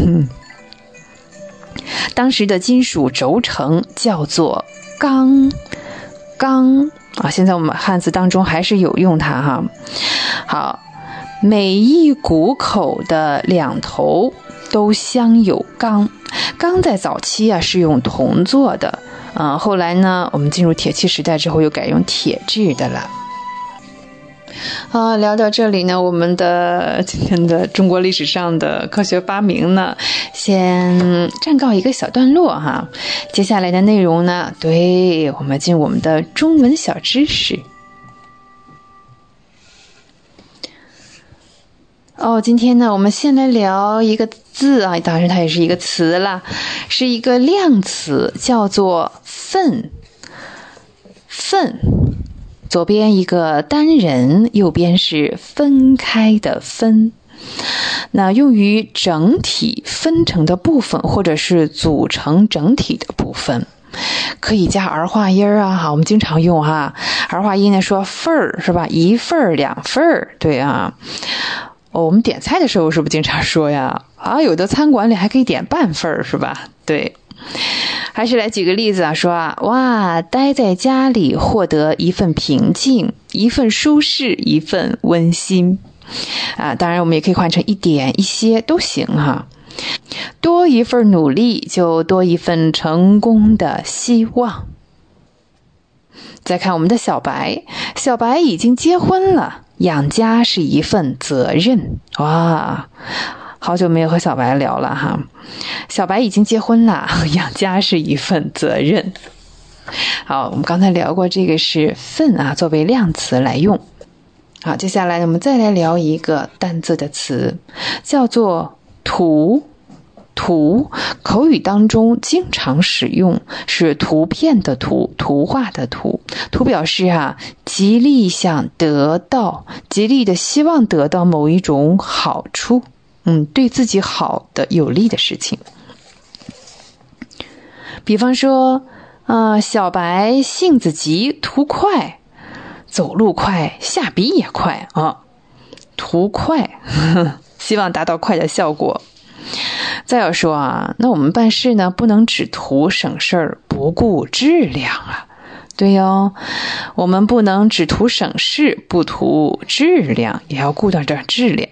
Speaker 11: 当时的金属轴承叫做钢啊，现在我们汉字当中还是有用它哈。好，每一股口的两头都镶有钢在早期是用铜做的，后来呢我们进入铁器时代之后又改用铁制的了。聊到这里呢，我们的今天的中国历史上的科学发明呢先暂告一个小段落哈。接下来的内容呢，我们进入我们的中文小知识。今天呢我们先来聊一个字啊，当然它也是一个词啦，是一个量词，叫做分。左边一个单人，右边是分开的分。那用于整体分成的部分，或者是组成整体的部分，可以加儿化音啊，我们经常用哈。儿化音呢说份儿是吧？一份儿两份儿，对啊。我们点菜的时候是不是经常说呀？有的餐馆里还可以点半份儿是吧？对。还是来举个例子说哇，待在家里获得一份平静，一份舒适，一份温馨当然我们也可以换成一点一些都行哈。多一份努力就多一份成功的希望。再看我们的小白已经结婚了，养家是一份责任。哇，好久没有和小白聊了哈。小白已经结婚了，养家是一份责任。好，我们刚才聊过这个是份作为量词来用。好，接下来我们再来聊一个单字的词，叫做图。 图，口语当中经常使用，是图片的图，图画的图。图表示极力想得到，极力的希望得到某一种好处，对自己好的有利的事情。比方说小白性子急，图快，走路快，下笔也快图快希望达到快的效果。再要说那我们办事呢，不能只图省事儿，不顾质量对哟，我们不能只图省事，不图质量，也要顾到这质量。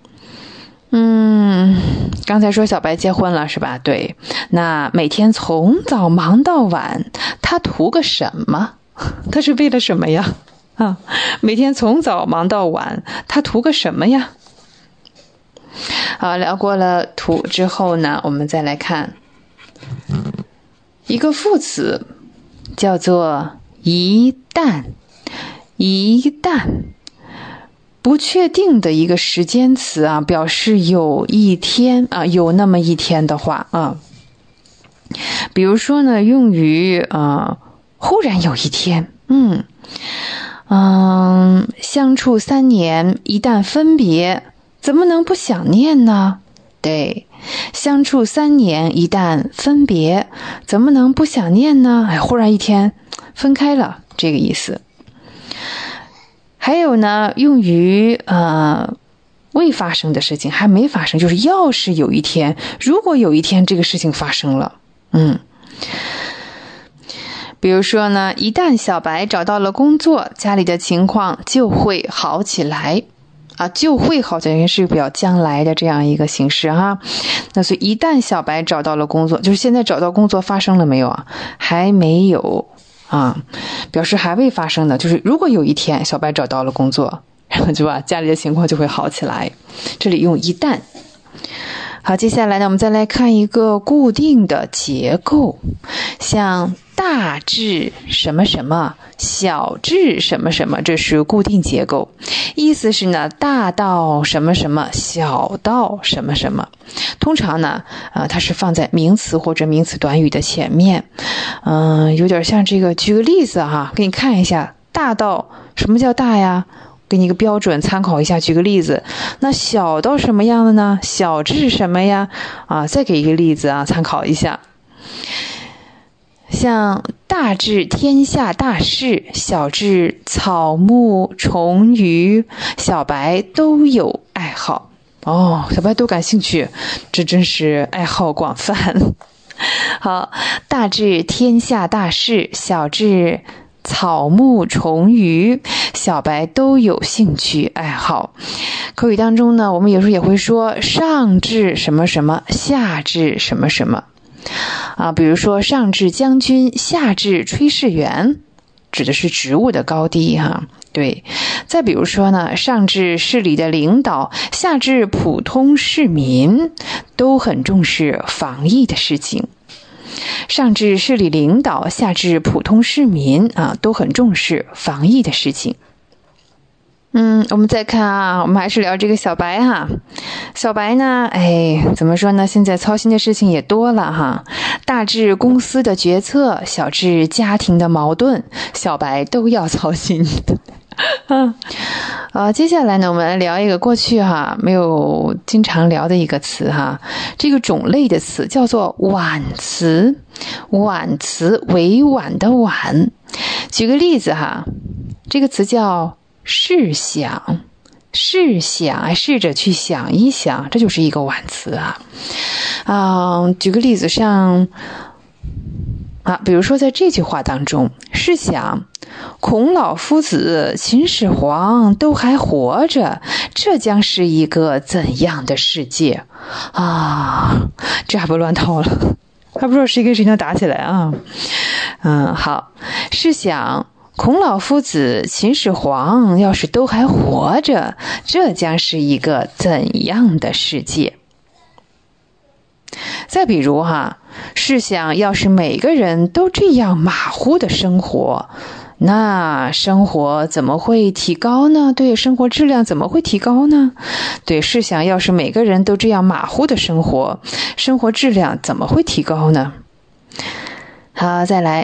Speaker 11: 刚才说小白结婚了是吧？对，那每天从早忙到晚，他图个什么？他是为了什么呀？每天从早忙到晚，他图个什么呀？好，聊过了图之后呢，我们再来看一个副词，叫做一旦。一旦不确定的一个时间词表示有一天有那么一天的话比如说呢，用于忽然有一天，相处3年，一旦分别，怎么能不想念呢？对，相处3年，一旦分别，怎么能不想念呢？忽然一天分开了，这个意思。还有呢，用于未发生的事情，还没发生，就是要是有一天，如果有一天这个事情发生了，比如说呢，一旦小白找到了工作，家里的情况就会好起来就会好起来是表将来的这样一个形式那所以一旦小白找到了工作，就是现在找到工作发生了没有还没有表示还未发生的，就是如果有一天小白找到了工作，然后家里的情况就会好起来，这里用一旦。好，接下来呢，我们再来看一个固定的结构，像大至什么什么，小至什么什么，这是固定结构，意思是呢，大到什么什么，小到什么什么。通常呢它是放在名词或者名词短语的前面。有点像这个，举个例子给你看一下，大到什么叫大呀？给你一个标准参考一下，举个例子。那小到什么样的呢？小至什么呀？再给一个例子参考一下。像大至天下大事，小至草木虫鱼，小白都有爱好。小白都感兴趣，这真是爱好广泛。好，大至天下大事，小至草木虫鱼，小白都有兴趣爱好。口语当中呢，我们有时候也会说上至什么什么，下至什么什么比如说上至将军，下至炊事员，指的是职务的高低对。再比如说呢，上至市里的领导，下至普通市民，都很重视防疫的事情。上至市里领导，下至普通市民都很重视防疫的事情。我们再看我们还是聊这个小白小白呢，怎么说呢？现在操心的事情也多了大至公司的决策，小至家庭的矛盾，小白都要操心。接下来呢，我们来聊一个过去没有经常聊的一个词这个种类的词叫做婉词。婉词，委婉的婉。举个例子这个词叫试想。试想，试着去想一想，这就是一个婉词举个例子，像比如说在这句话当中，试想孔老夫子、秦始皇都还活着，这将是一个怎样的世界这还不乱套了，还不知道谁跟谁能打起来好，试想孔老夫子、秦始皇要是都还活着，这将是一个怎样的世界？再比如试想要是每个人都这样马虎的生活， 那生活怎么会提高呢？对，生活质量怎么会提高呢？对，试想要是每个人都这样马虎的生活，生活质量怎么会提高呢？好，再来，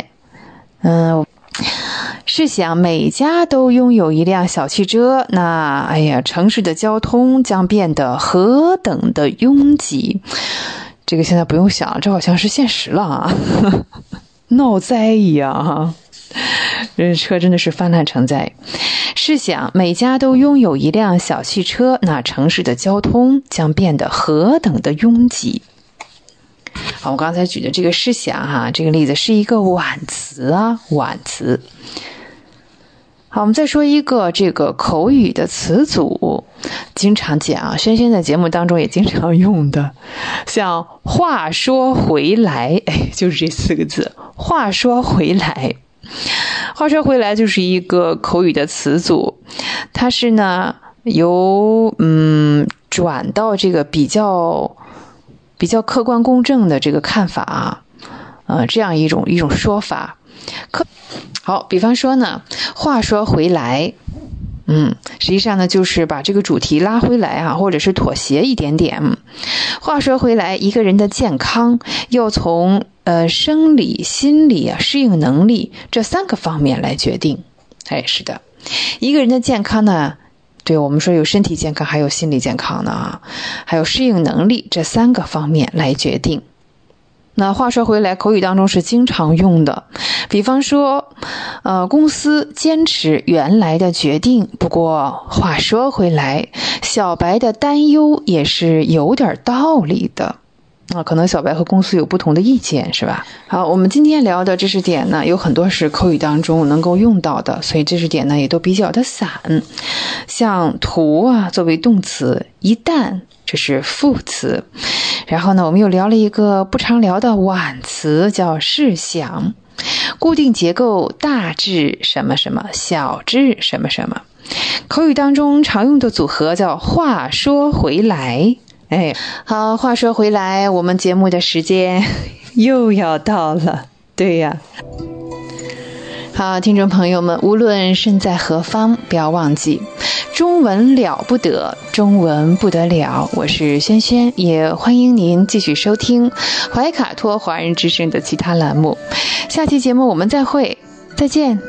Speaker 11: 试想每家都拥有一辆小汽车，那城市的交通将变得何等的拥挤。这个现在不用想，这好像是现实了啊，闹灾一样啊，这车真的是泛滥成灾。试想每家都拥有一辆小汽车，那城市的交通将变得何等的拥挤。好，我刚才举的这个试想这个例子是一个挽词啊，挽词。好，我们再说一个这个口语的词组，经常讲，轩轩在节目当中也经常用的，像话说回来，就是这4个字，话说回来。话说回来就是一个口语的词组，它是呢由转到这个比较客观公正的这个看法这样一种说法。好，比方说呢，话说回来，实际上呢就是把这个主题拉回来或者是妥协一点点。话说回来，一个人的健康要从生理、心理适应能力这3个方面来决定。是的，一个人的健康呢，对，我们说有身体健康，还有心理健康呢，还有适应能力这3个方面来决定。那话说回来，口语当中是经常用的，比方说公司坚持原来的决定，不过话说回来，小白的担忧也是有点道理的。可能小白和公司有不同的意见，是吧？好，我们今天聊的知识点呢，有很多是口语当中能够用到的，所以知识点呢也都比较的散。像图作为动词，一旦这是副词。然后呢，我们又聊了一个不常聊的挽词，叫试想。固定结构大致什么什么，小致什么什么。口语当中常用的组合叫话说回来。好，话说回来，我们节目的时间又要到了。对呀。好，听众朋友们，无论身在何方，不要忘记中文了不得，中文不得了。我是轩轩，也欢迎您继续收听怀卡托华人之声的其他栏目。下期节目我们再会，再见。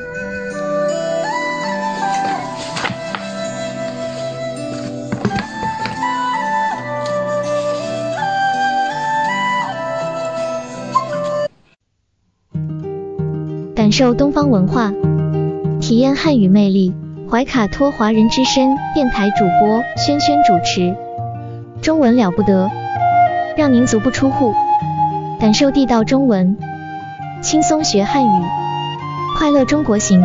Speaker 3: 感受东方文化，体验汉语魅力。怀卡托华人之声电台主播轩轩主持，中文了不得，让您足不出户，感受地道中文，轻松学汉语，快乐中国行。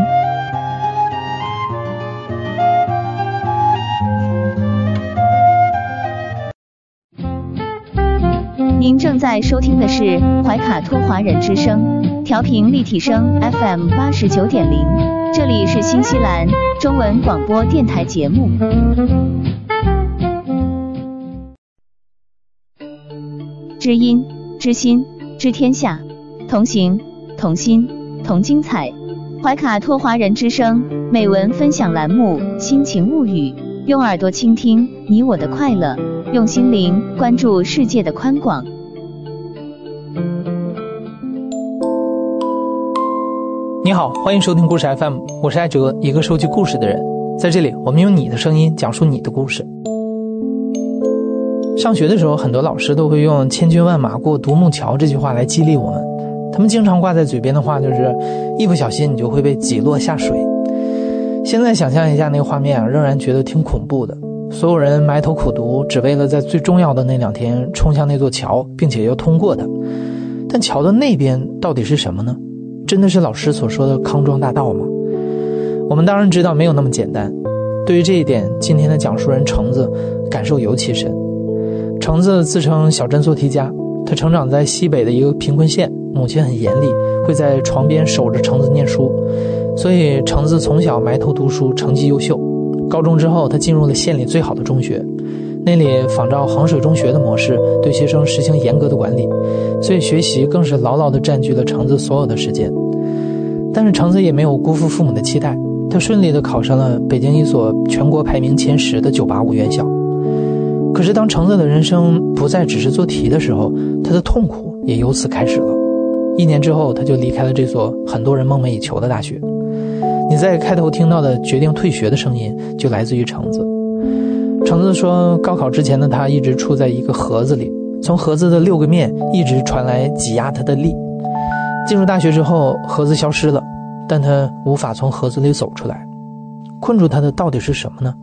Speaker 5: 您正在收听的是怀卡托华人之声，调频立体声 FM 89.0，这里是新西兰中文广播电台节目。知音、知心、知天下，同行、同心、同精彩。怀卡托华人之声美文分享栏目《心情物语》，用耳朵倾听你我的快乐，用心灵关注世界的宽广。
Speaker 12: 你好，欢迎收听故事 FM， 我是艾哲，一个收集故事的人。在这里，我们用你的声音讲述你的故事。上学的时候，很多老师都会用千军万马过独木桥这句话来激励我们。他们经常挂在嘴边的话就是一不小心你就会被挤落下水。现在想象一下那个画面仍然觉得挺恐怖的。所有人埋头苦读，只为了在最重要的那2天冲向那座桥，并且要通过它。但桥的那边到底是什么呢？真的是老师所说的康庄大道吗？我们当然知道没有那么简单。对于这一点，今天的讲述人橙子感受尤其深。橙子自称小镇做题家，他成长在西北的一个贫困县，母亲很严厉，会在床边守着橙子念书，所以橙子从小埋头读书，成绩优秀。高中之后，他进入了县里最好的中学，那里仿照衡水中学的模式，对学生实行严格的管理，所以学习更是牢牢地占据了橙子所有的时间。 但是橙子也没有辜负父母的期待，他顺利地考上了北京一所全国排名前10的985院校。可是当橙子的人生不再只是做题的时候，他的痛苦也由此开始了。1年之后，他就离开了这所很多人梦寐以求的大学。你在开头听到的决定退学的声音就来自于橙子。橙子说，高考之前的他一直处在一个盒子里，从盒子的6个面一直传来挤压他的力。进入大学之后，盒子消失了，但他无法从盒子里走出来。困住他的到底是什么呢？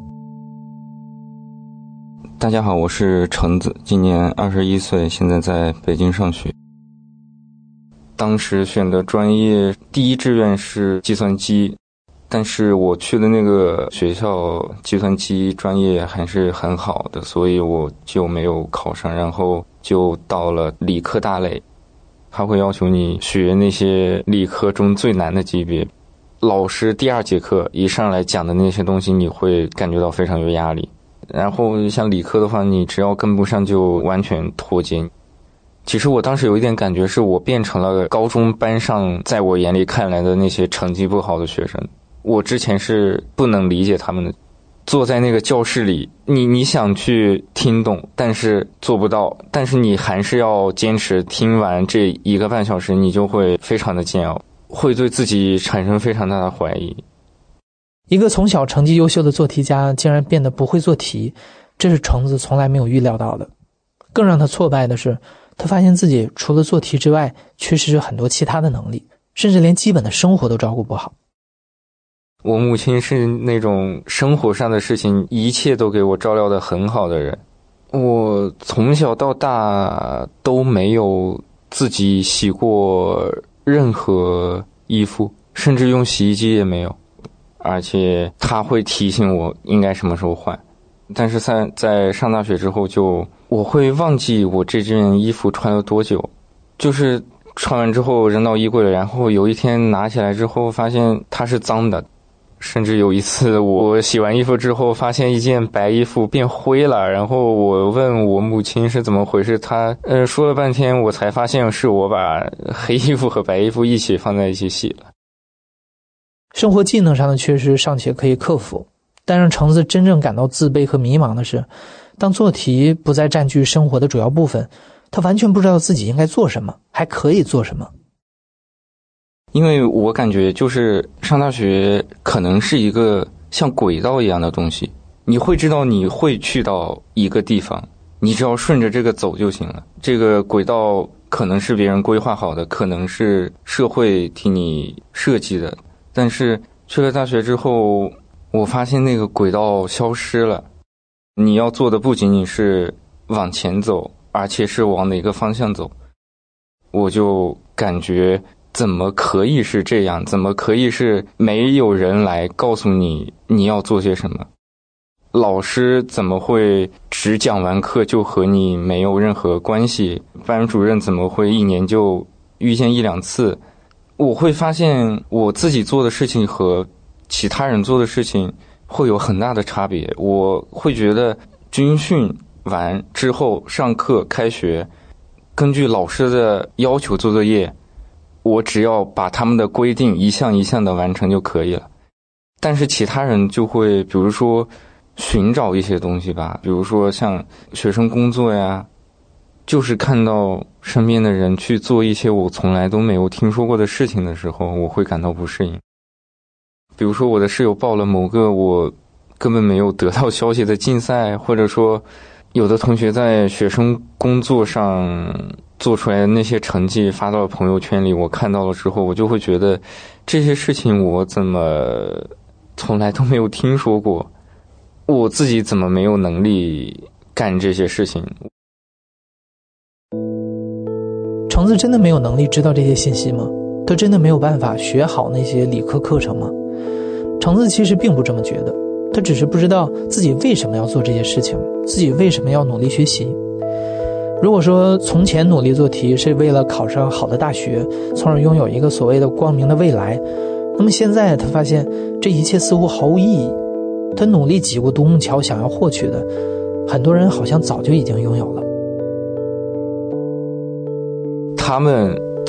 Speaker 13: 大家好，我是橙子，今年21岁，现在在北京上学。当时选的专业第一志愿是计算机，但是我去的那个学校计算机专业还是很好的，所以我就没有考上，然后就到了理科大类。他会要求你学那些理科中最难的级别，老师第2节课一上来讲的那些东西你会感觉到非常有压力，然后像理科的话，你只要跟不上就完全脱节。其实我当时有一点感觉，是我变成了高中班上在我眼里看来的那些成绩不好的学生。我之前是不能理解他们的，坐在那个教室里，你想去听懂，但是做不到，但是你还是要坚持听完这1个半小时，你就会非常的煎熬，会对自己产生非常大的怀疑。
Speaker 12: 一个从小成绩优秀的做题家竟然变得不会做题，这是橙子从来没有预料到的。更让他挫败的是，他发现自己除了做题之外，缺失很多其他的能力，甚至连基本的生活都照顾不好。
Speaker 13: 我母亲是那种生活上的事情一切都给我照料得很好的人，我从小到大都没有自己洗过任何衣服，甚至用洗衣机也没有，而且她会提醒我应该什么时候换。但是在上大学之后，我会忘记我这件衣服穿了多久，就是穿完之后扔到衣柜了，然后有一天拿起来之后发现它是脏的。甚至有一次我洗完衣服之后发现一件白衣服变灰了，然后我问我母亲是怎么回事，她说了半天我才发现是我把黑衣服和白衣服一起放在一起洗了。
Speaker 12: 生活技能上的缺失尚且可以克服，但让橙子真正感到自卑和迷茫的是，当做题不再占据生活的主要部分，他完全不知道自己应该做什么，还可以做什么。
Speaker 13: 因为我感觉就是上大学可能是一个像轨道一样的东西，你会知道你会去到一个地方，你只要顺着这个走就行了。这个轨道可能是别人规划好的，可能是社会替你设计的，但是去了大学之后，我发现那个轨道消失了。你要做的不仅仅是往前走，而且是往哪个方向走。我就感觉怎么可以是这样？怎么可以是没有人来告诉你你要做些什么？老师怎么会只讲完课就和你没有任何关系？班主任怎么会1年就遇见1-2次？我会发现我自己做的事情和其他人做的事情会有很大的差别。我会觉得军训完之后上课开学，根据老师的要求做作业，我只要把他们的规定一项一项的完成就可以了。但是其他人就会比如说寻找一些东西吧，比如说像学生工作呀，就是看到身边的人去做一些我从来都没有听说过的事情的时候，我会感到不适应。比如说我的室友报了某个我根本没有得到消息的竞赛，或者说有的同学在学生工作上做出来的那些成绩发到了朋友圈里，我看到了之后，我就会觉得这些事情我怎么从来都没有听说过，我自己怎么没有能力干这些事情。
Speaker 12: 橙子真的没有能力知道这些信息吗？他真的没有办法学好那些理科课程吗？橙子其实并不这么觉得，他只是不知道自己为什么要做这些事情，自己为什么要努力学习。如果说从前努力做题是为了考上好的大学，从而拥有一个所谓的光明的未来，那么现在他发现这一切似乎毫无意义。他努力挤过独木桥想要获取的，很多人好像早就已经拥有了。
Speaker 13: 他们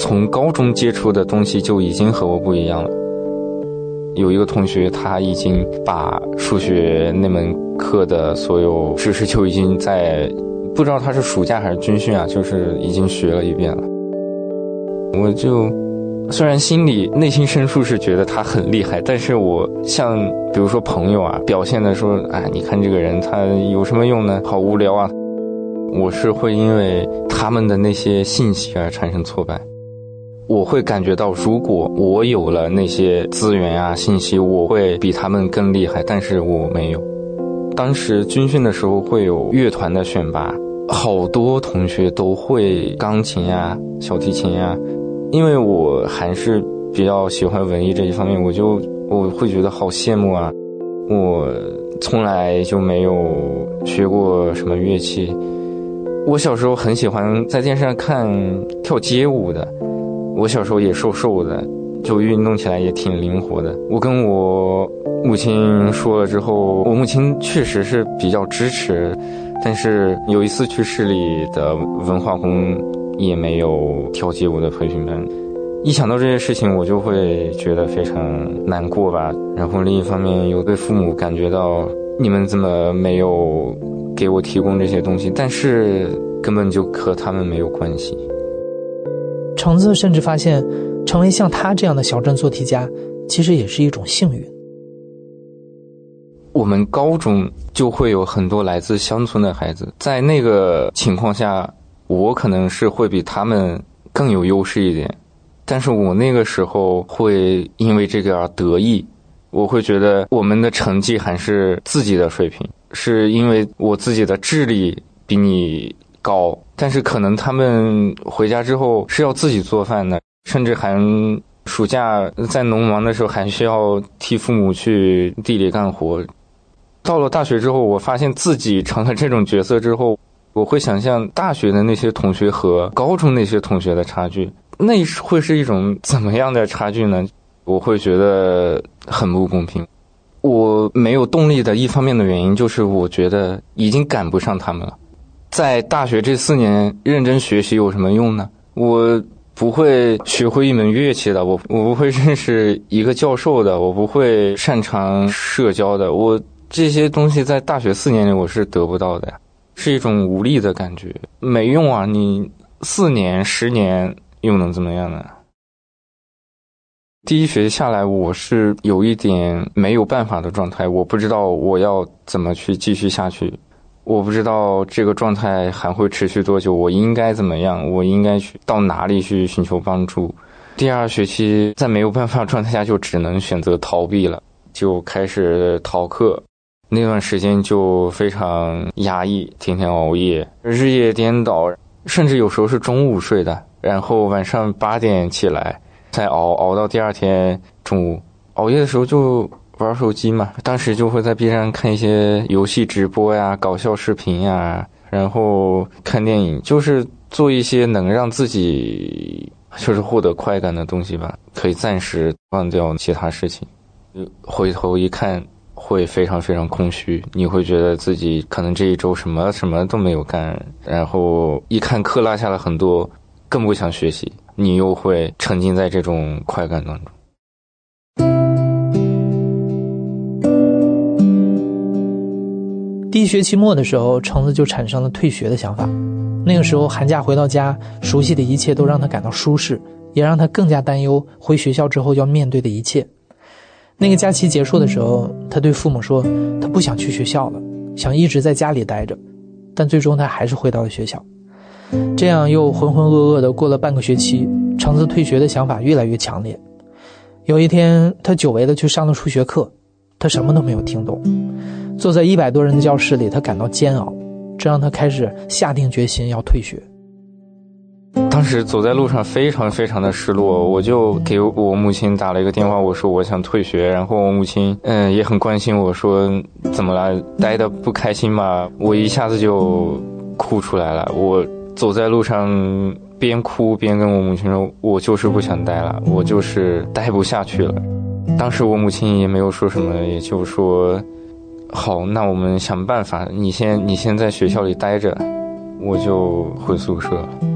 Speaker 13: 从高中接触的东西就已经和我不一样了。有一个同学他已经把数学那门课的所有知识就已经在不知道他是暑假还是军训啊，就是已经学了一遍了。我就虽然心里内心深处是觉得他很厉害，但是我像比如说朋友啊表现的说，哎，你看这个人他有什么用呢，好无聊啊，我是会因为他们的那些信息而产生挫败。我会感觉到如果我有了那些资源啊信息，我会比他们更厉害，但是我没有。当时军训的时候会有乐团的选拔，好多同学都会钢琴啊小提琴啊，因为我还是比较喜欢文艺这一方面，我会觉得好羡慕啊。我从来就没有学过什么乐器。我小时候很喜欢在电视上看跳街舞的，我小时候也瘦瘦的，就运动起来也挺灵活的。我跟我母亲说了之后，我母亲确实是比较支持，但是有一次去市里的文化宫也没有跳街舞的培训班。一想到这些事情我就会觉得非常难过吧。然后另一方面又对父母感觉到，你们怎么没有给我提供这些东西，但是根本就和他们没有关系。
Speaker 12: 橙子甚至发现成为像他这样的小镇做题家其实也是一种幸运。
Speaker 13: 我们高中就会有很多来自乡村的孩子，在那个情况下我可能是会比他们更有优势一点，但是我那个时候会因为这个而得意，我会觉得我们的成绩还是自己的水平，是因为我自己的智力比你高，但是可能他们回家之后是要自己做饭的，甚至还暑假在农忙的时候还需要替父母去地里干活。到了大学之后，我发现自己成了这种角色之后，我会想象大学的那些同学和高中那些同学的差距，那会是一种怎么样的差距呢？我会觉得很不公平。我没有动力的一方面的原因就是我觉得已经赶不上他们了。在大学这4年认真学习有什么用呢？我不会学会一门乐器的，我不会认识一个教授的，我不会擅长社交的，我这些东西在大学4年里我是得不到的呀，是一种无力的感觉，没用啊，你4年10年又能怎么样呢？第一学期下来我是有一点没有办法的状态，我不知道我要怎么去继续下去，我不知道这个状态还会持续多久，我应该怎么样，我应该去到哪里去寻求帮助。第2学期在没有办法状态下就只能选择逃避了，就开始逃课。那段时间就非常压抑，天天熬夜，日夜颠倒，甚至有时候是中午睡的，然后晚上8点起来再熬到第2天中午。熬夜的时候就玩手机嘛，当时就会在 B 站看一些游戏直播呀、搞笑视频呀，然后看电影，就是做一些能让自己就是获得快感的东西吧，可以暂时忘掉其他事情。回头一看会非常非常空虚，你会觉得自己可能这一周什么都没有干，然后一看课落下了很多，更不想学习，你又会沉浸在这种快感当中。
Speaker 12: 第1学期末的时候，橙子就产生了退学的想法。那个时候寒假回到家，熟悉的一切都让他感到舒适，也让他更加担忧回学校之后要面对的一切。那个假期结束的时候，他对父母说他不想去学校了，想一直在家里待着，但最终他还是回到了学校。这样又浑浑噩噩的过了半个学期，橙子退学的想法越来越强烈。有一天他久违的去上了数学课，他什么都没有听懂，坐在100多人的教室里，他感到煎熬，这让他开始下定决心要退学。
Speaker 13: 当时走在路上非常非常的失落，我就给我母亲打了一个电话，我说我想退学，然后我母亲也很关心我，说怎么了，待得不开心吗？我一下子就哭出来了，我走在路上边哭边跟我母亲说，我就是不想待了，我就是待不下去了。当时我母亲也没有说什么，也就说好，那我们想办法，你先在学校里待着，我就回宿舍了。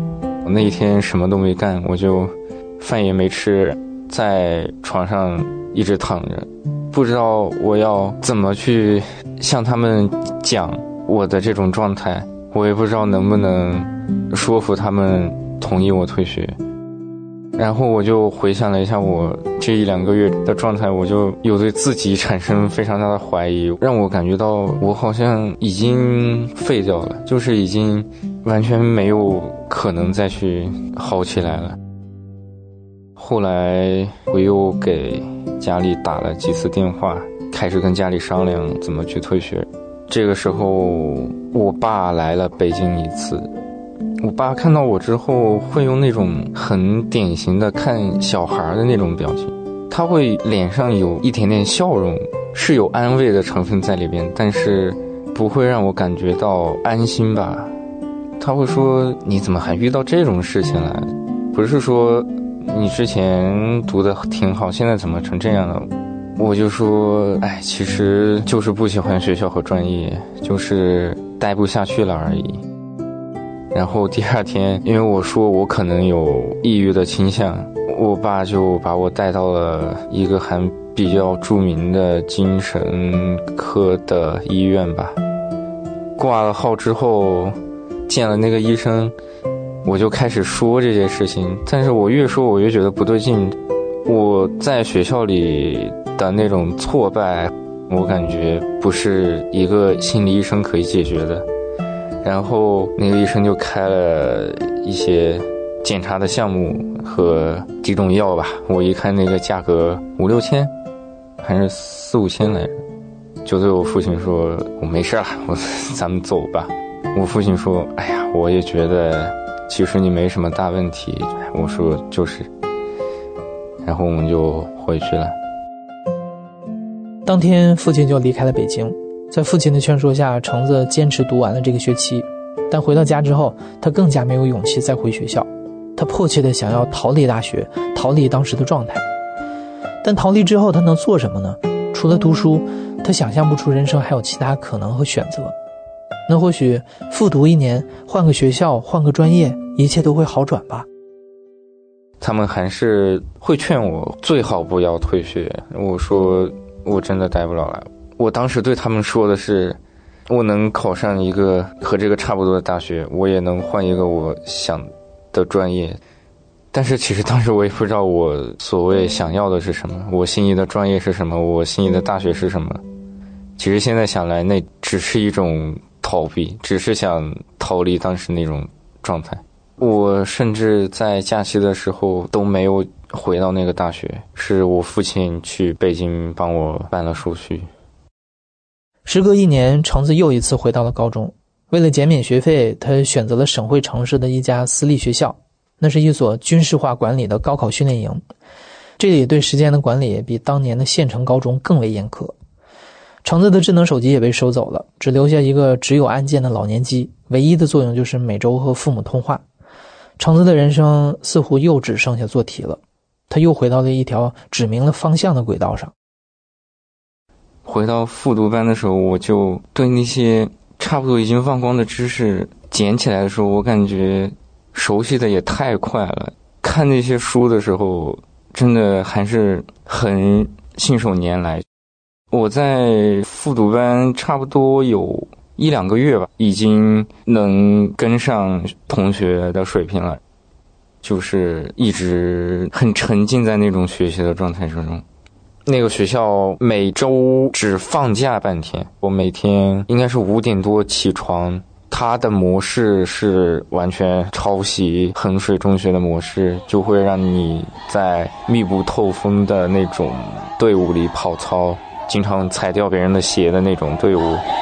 Speaker 13: 那一天什么都没干，我就饭也没吃，在床上一直躺着，不知道我要怎么去向他们讲我的这种状态，我也不知道能不能说服他们同意我退学。然后我就回想了一下我这1-2个月的状态，我就有对自己产生非常大的怀疑，让我感觉到我好像已经废掉了，就是已经完全没有可能再去好起来了。后来我又给家里打了几次电话，开始跟家里商量怎么去退学。这个时候我爸来了北京一次，我爸看到我之后会用那种很典型的看小孩的那种表情，他会脸上有一点点笑容，是有安慰的成分在里边，但是不会让我感觉到安心吧。他会说你怎么还遇到这种事情了，不是说你之前读得挺好，现在怎么成这样了。我就说其实就是不喜欢学校和专业，就是待不下去了而已。然后第2天，因为我说我可能有抑郁的倾向，我爸就把我带到了一个还比较著名的精神科的医院吧。挂了号之后见了那个医生，我就开始说这些事情，但是我越说我越觉得不对劲。我在学校里的那种挫败，我感觉不是一个心理医生可以解决的。然后那个医生就开了一些检查的项目和几种药吧，我一看那个价格5-6千还是4-5千来着，就对我父亲说我没事了，咱们走吧。我父亲说我也觉得其实你没什么大问题。我说就是。然后我们就回去了。
Speaker 12: 当天父亲就离开了北京，在父亲的劝说下，橙子坚持读完了这个学期。但回到家之后，他更加没有勇气再回学校，他迫切地想要逃离大学，逃离当时的状态。但逃离之后他能做什么呢？除了读书，他想象不出人生还有其他可能和选择。那或许复读1年，换个学校，换个专业，一切都会好转吧。
Speaker 13: 他们还是会劝我最好不要退学。我说我真的待不了了。我当时对他们说的是，我能考上一个和这个差不多的大学，我也能换一个我想的专业。但是其实当时我也不知道我所谓想要的是什么，我心仪的专业是什么，我心仪的大学是什么。其实现在想来，那只是一种逃避，只是想逃离当时那种状态。我甚至在假期的时候都没有回到那个大学，是我父亲去北京帮我办了手续。
Speaker 12: 时隔1年，橙子又一次回到了高中。为了减免学费，他选择了省会城市的一家私立学校，那是一所军事化管理的高考训练营。这里对时间的管理比当年的县城高中更为严苛。橙子的智能手机也被收走了，只留下一个只有按键的老年机，唯一的作用就是每周和父母通话。橙子的人生似乎又只剩下做题了，他又回到了一条指明了方向的轨道上。
Speaker 13: 回到复读班的时候，我就对那些差不多已经忘光的知识捡起来的时候，我感觉熟悉的也太快了。看那些书的时候，真的还是很信手拈来。我在复读班差不多有1-2个月吧，已经能跟上同学的水平了，就是一直很沉浸在那种学习的状态之中。那个学校每周只放假半天，我每天应该是5点多起床。它的模式是完全抄袭衡水中学的模式，就会让你在密不透风的那种队伍里跑操，经常踩掉别人的鞋的那种队伍。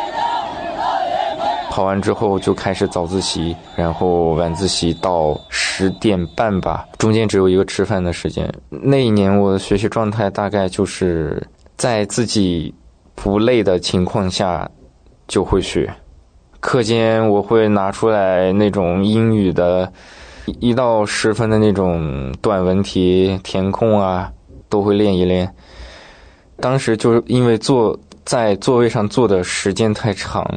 Speaker 13: 跑完之后就开始早自习，然后晚自习到10点半吧，中间只有一个吃饭的时间。那一年我的学习状态大概就是在自己不累的情况下就会学。课间我会拿出来那种英语的1到10分的那种短文题填空啊，都会练一练。当时就是因为坐在座位上坐的时间太长，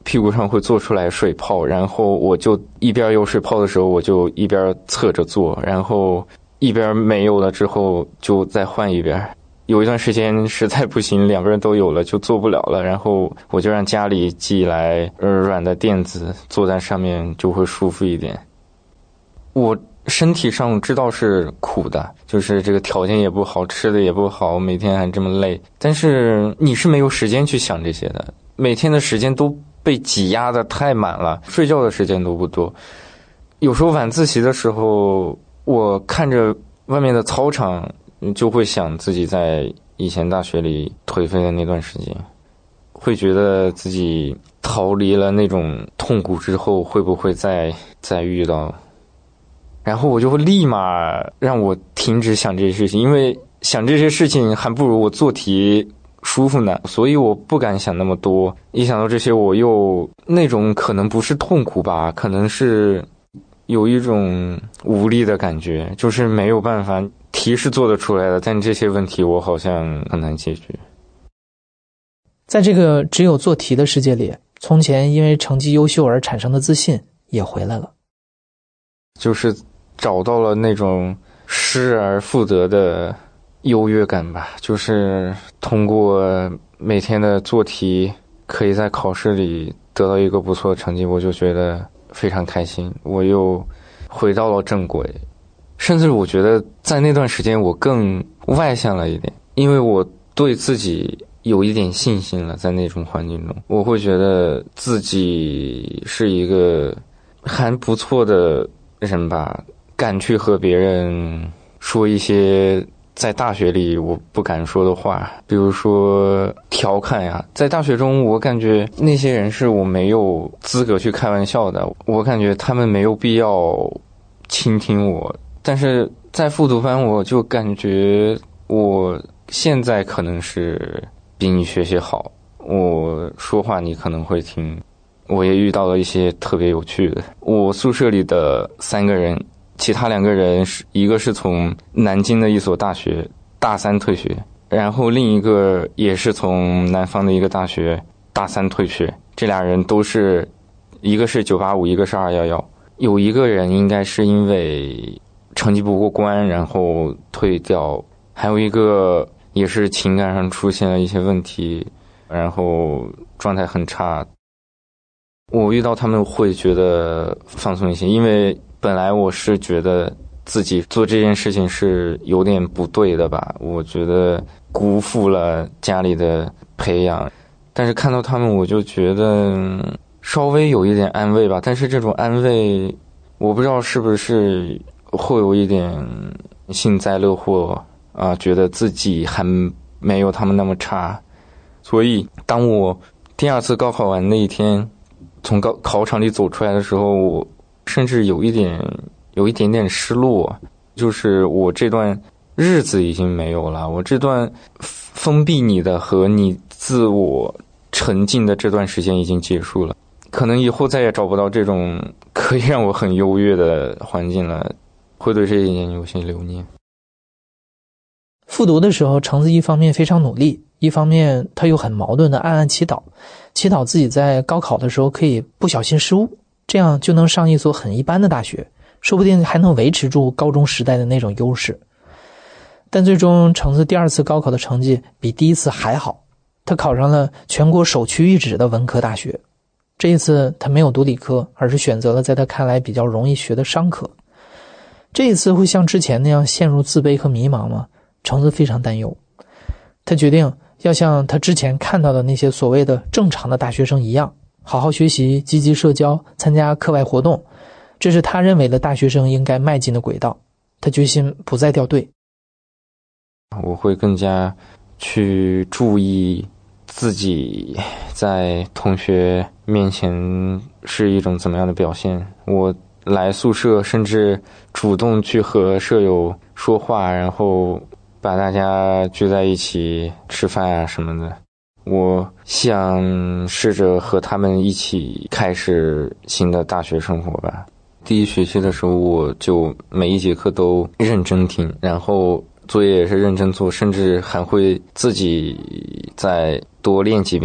Speaker 13: 屁股上会做出来水泡，然后我就一边有水泡的时候我就一边侧着做，然后一边没有了之后就再换一边。有一段时间实在不行，两边都有了就做不了了，然后我就让家里寄来软的垫子，坐在上面就会舒服一点。我身体上知道是苦的，就是这个条件也不好，吃的也不好，每天还这么累，但是你是没有时间去想这些的，每天的时间都被挤压的太满了，睡觉的时间都不多。有时候晚自习的时候，我看着外面的操场，就会想自己在以前大学里颓废的那段时间，会觉得自己逃离了那种痛苦之后会不会再遇到，然后我就会立马让我停止想这些事情，因为想这些事情还不如我做题舒服呢，所以我不敢想那么多。一想到这些，我又那种可能不是痛苦吧，可能是有一种无力的感觉，就是没有办法，题是做得出来的，但这些问题我好像很难解决。
Speaker 12: 在这个只有做题的世界里，从前因为成绩优秀而产生的自信也回来了，
Speaker 13: 就是找到了那种失而复得的优越感吧，就是通过每天的做题可以在考试里得到一个不错的成绩，我就觉得非常开心，我又回到了正轨。甚至我觉得在那段时间我更外向了一点，因为我对自己有一点信心了，在那种环境中我会觉得自己是一个还不错的人吧，敢去和别人说一些在大学里我不敢说的话，比如说调侃呀。在大学中我感觉那些人是我没有资格去开玩笑的，我感觉他们没有必要倾听我，但是在复读班我就感觉我现在可能是比你学习好，我说话你可能会听。我也遇到了一些特别有趣的，我宿舍里的3个人，其他2个人一个是从南京的一所大学大3退学，然后另一个也是从南方的一个大学大3退学，这俩人都是一个是985，一个是211，有一个人应该是因为成绩不过关然后退掉，还有一个也是情感上出现了一些问题，然后状态很差。我遇到他们会觉得放松一些，因为本来我是觉得自己做这件事情是有点不对的吧，我觉得辜负了家里的培养，但是看到他们我就觉得稍微有一点安慰吧，但是这种安慰我不知道是不是会有一点幸灾乐祸啊，觉得自己还没有他们那么差。所以当我第2次高考完那一天从考场里走出来的时候，我甚至有一点点失落，就是我这段日子已经没有了，我这段封闭你的和你自我沉浸的这段时间已经结束了，可能以后再也找不到这种可以让我很优越的环境了，会对这一年有些留念。
Speaker 12: 复读的时候，橙子一方面非常努力，一方面他又很矛盾的暗暗祈祷自己在高考的时候可以不小心失误，这样就能上一所很一般的大学，说不定还能维持住高中时代的那种优势。但最终橙子第2次高考的成绩比第1次还好，他考上了全国首屈一指的文科大学。这一次他没有读理科，而是选择了在他看来比较容易学的商科。这一次会像之前那样陷入自卑和迷茫吗？橙子非常担忧。他决定要像他之前看到的那些所谓的正常的大学生一样，好好学习，积极社交，参加课外活动，这是他认为的大学生应该迈进的轨道。他决心不再掉队。
Speaker 13: 我会更加去注意自己在同学面前是一种怎么样的表现。我来宿舍甚至主动去和舍友说话，然后把大家聚在一起吃饭啊什么的。我想试着和他们一起开始新的大学生活吧。第1学期的时候，我就每一节课都认真听，然后作业也是认真做，甚至还会自己再多练几遍。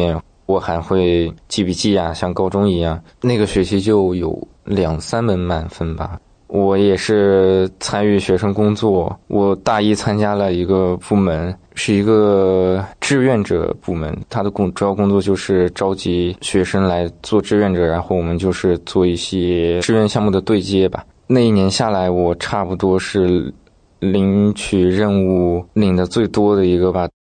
Speaker 13: 我还会记笔记啊，像高中一样。那个学期就有2-3门满分吧。我也是参与学生工作，我大一参加了一个部门，是一个志愿者部门，它的主要工作就是召集学生来做志愿者，然后我们就是做一些志愿项目的对接吧。那一年下来，我差不多是领取任务领的最多的一个吧。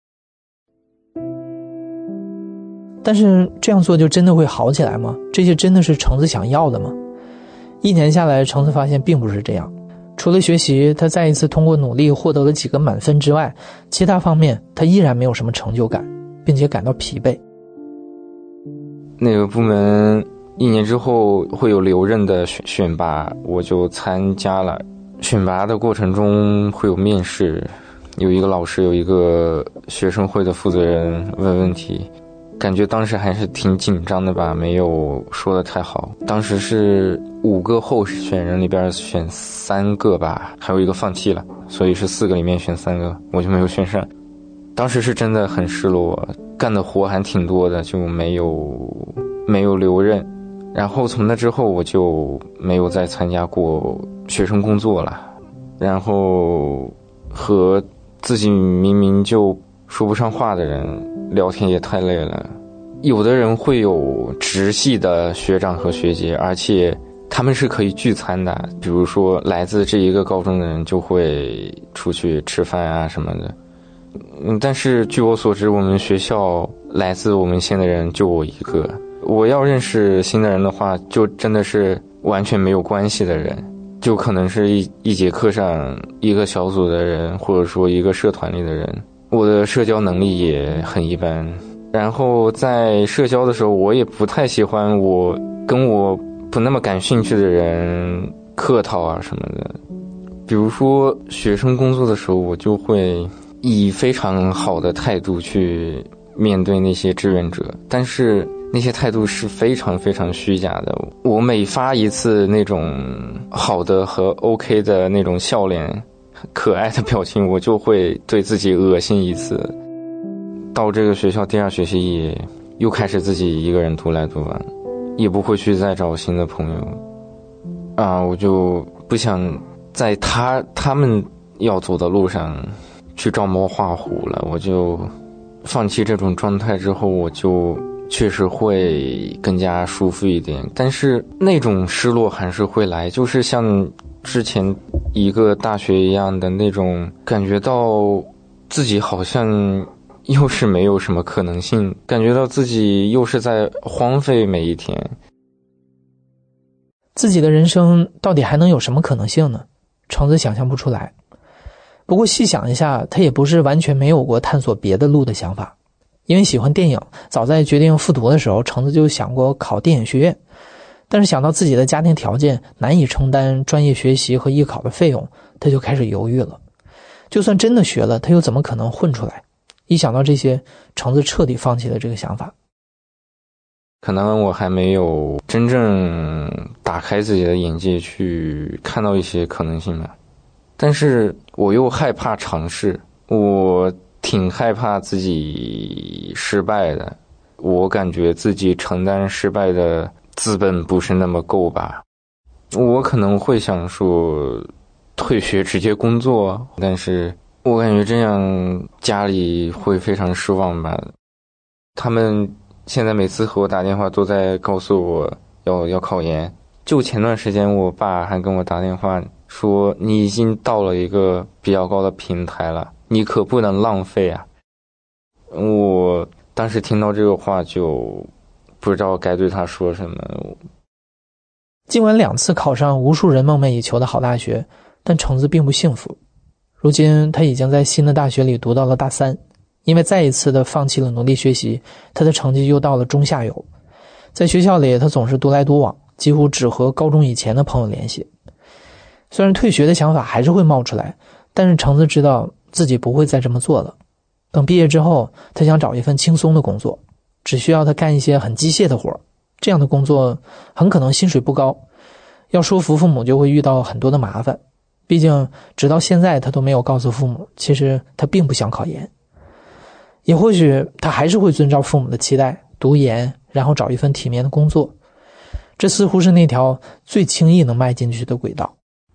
Speaker 12: 但是这样做就真的会好起来吗？这些真的是橙子想要的吗？1年下来，橙子发现并不是这样。除了学习，他再一次通过努力获得了几个满分之外，其他方面他依然没有什么成就感，并且感到疲惫。
Speaker 13: 那个部门1年之后会有留任的选拔，我就参加了。选拔的过程中会有面试，有一个老师，有一个学生会的负责人问问题，感觉当时还是挺紧张的吧，没有说得太好。当时是5个候选人里边选3个吧，还有一个放弃了，所以是4个里面选3个，我就没有选上。当时是真的很失落，干的活还挺多的，就没有留任。然后从那之后我就没有再参加过学生工作了，然后和自己明明就说不上话的人聊天也太累了。有的人会有直系的学长和学姐，而且他们是可以聚餐的，比如说来自这一个高中的人就会出去吃饭啊什么的。但是据我所知，我们学校来自我们县的人就我一个。我要认识新的人的话，就真的是完全没有关系的人，就可能是一节课上一个小组的人，或者说一个社团里的人。我的社交能力也很一般，然后在社交的时候，我也不太喜欢我跟我不那么感兴趣的人客套啊什么的。比如说学生工作的时候，我就会以非常好的态度去面对那些志愿者，但是那些态度是非常非常虚假的。我每发一次那种好的和 OK 的那种笑脸可爱的表情，我就会对自己恶心一次。到这个学校第2学期也又开始自己一个人独来独往，也不会去再找新的朋友啊，我就不想在他们要走的路上去照猫画虎了。我就放弃这种状态之后，我就确实会更加舒服一点，但是那种失落还是会来，就是像之前一个大学一样的那种感觉到自己好像又是没有什么可能性，感觉到自己又是在荒废每一天。
Speaker 12: 自己的人生到底还能有什么可能性呢？橙子想象不出来。不过细想一下，他也不是完全没有过探索别的路的想法。因为喜欢电影，早在决定复读的时候，橙子就想过考电影学院，但是想到自己的家庭条件难以承担专业学习和艺考的费用，他就开始犹豫了。就算真的学了，他又怎么可能混出来？一想到这些，橙子彻底放弃了这个想法。
Speaker 13: 可能我还没有真正打开自己的眼界去看到一些可能性吧，但是我又害怕尝试，我挺害怕自己失败的，我感觉自己承担失败的资本不是那么够吧。我可能会想说退学直接工作，但是我感觉这样家里会非常失望吧。他们现在每次和我打电话都在告诉我要考研。就前段时间我爸还跟我打电话说，你已经到了一个比较高的平台了，你可不能浪费啊。我当时听到这个话就不知道该对他说什么。
Speaker 12: 尽管2次考上无数人梦寐以求的好大学，但橙子并不幸福。如今他已经在新的大学里读到了大3，因为再一次的放弃了努力学习，他的成绩又到了中下游。在学校里，他总是独来独往，几乎只和高中以前的朋友联系。虽然退学的想法还是会冒出来，但是橙子知道自己不会再这么做了。等毕业之后，他想找一份轻松的工作，只需要他干一些很机械的活，这样的工作很可能薪水不高，要说服父母就会遇到很多的麻烦。毕竟直到现在他都没有告诉父母，其实他并不想考研。也或许他还是会遵照父母的期待， 读研，然后找一份体面的工作。这似乎是那条最轻易能迈进去的轨道。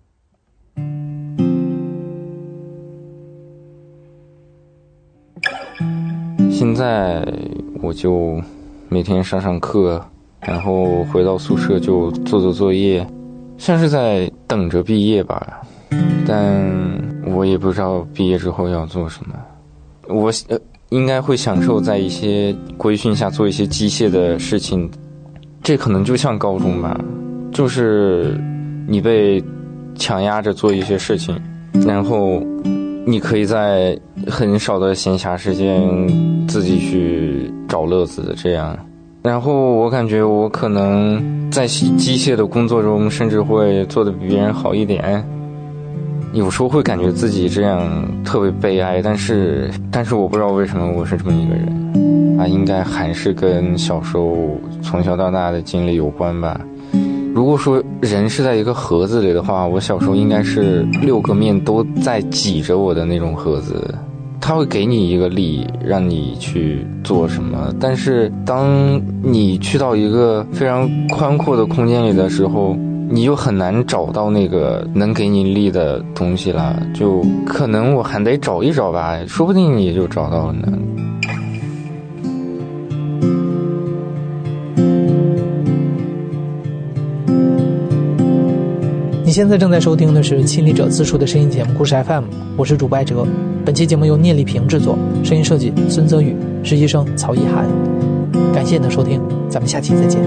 Speaker 13: 现在我就每天上课，然后回到宿舍就做作业，像是在等着毕业吧。但我也不知道毕业之后要做什么。我应该会享受在一些规训下做一些机械的事情，这可能就像高中吧，就是你被强压着做一些事情，然后你可以在很少的闲暇时间自己去找乐子这样。然后我感觉我可能在机械的工作中甚至会做得比别人好一点，有时候会感觉自己这样特别悲哀，但是我不知道为什么我是这么一个人啊，应该还是跟小时候从小到大的经历有关吧。如果说人是在一个盒子里的话，我小时候应该是6个面都在挤着我的那种盒子，它会给你一个力让你去做什么，但是当你去到一个非常宽阔的空间里的时候，你就很难找到那个能给你力的东西了，就可能我还得找一找吧，说不定你就找到了呢。
Speaker 12: 你现在正在收听的是亲历者自述的声音节目故事 FM， 我是主播艾哲。本期节目由聂丽萍制作，声音设计孙泽宇，实习生曹一涵。感谢你的收听，咱们下期再见。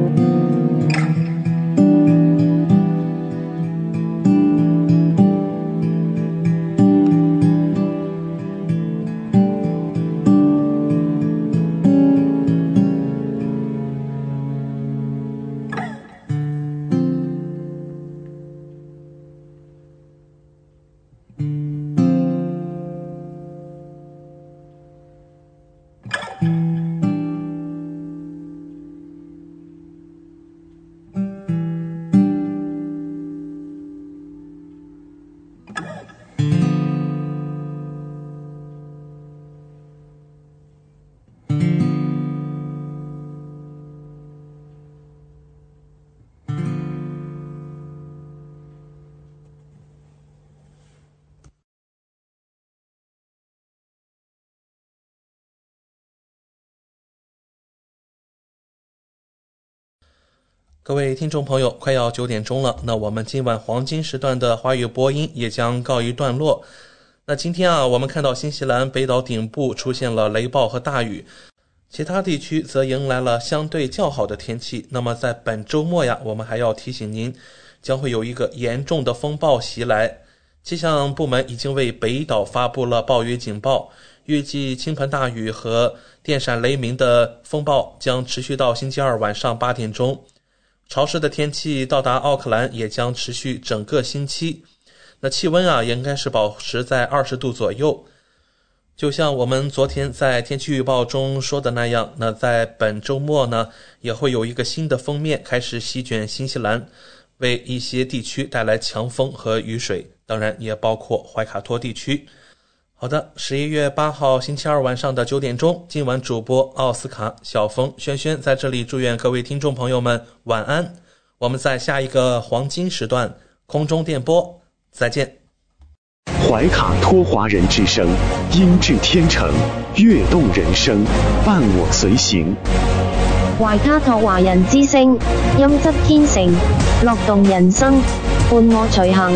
Speaker 6: 各位听众朋友，快要9点钟了，那我们今晚黄金时段的华语播音也将告一段落。那今天我们看到新西兰北岛顶部出现了雷暴和大雨，其他地区则迎来了相对较好的天气。那么在本周末我们还要提醒您，将会有一个严重的风暴袭来。气象部门已经为北岛发布了暴雨警报，预计倾盆大雨和电闪雷鸣的风暴将持续到星期二晚上8点钟。潮湿的天气到达奥克兰也将持续整个星期，那气温也应该是保持在20度左右。就像我们昨天在天气预报中说的那样，那在本周末呢，也会有一个新的锋面开始席卷新西兰，为一些地区带来强风和雨水，当然也包括怀卡托地区。好的，11月8号星期二晚上的9点钟，今晚主播奥斯卡、小峰、轩轩在这里祝愿各位听众朋友们晚安。我们在下一个黄金时段空中电波再见。
Speaker 10: 怀卡托华人之声，音质天成，悦动人生，伴我随行。
Speaker 14: 懷卡托華人之聲，音質天成，樂動人生，伴我隨行。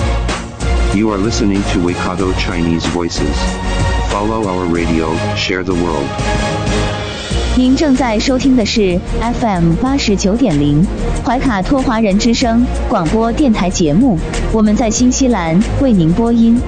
Speaker 4: You are listening to Waikato Chinese Voices. Follow our radio, share the world.
Speaker 5: 您正在收听的是 FM 89.0怀卡托华人之声广播电台节目，我们在新西兰为您播音。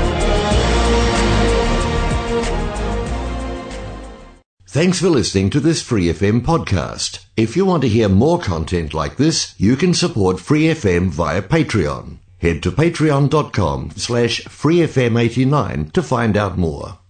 Speaker 1: Thanks for listening to this Free FM podcast. If you want to hear more content like this, you can support Free FM via Patreon. Head to patreon.com/freefm89 to find out more.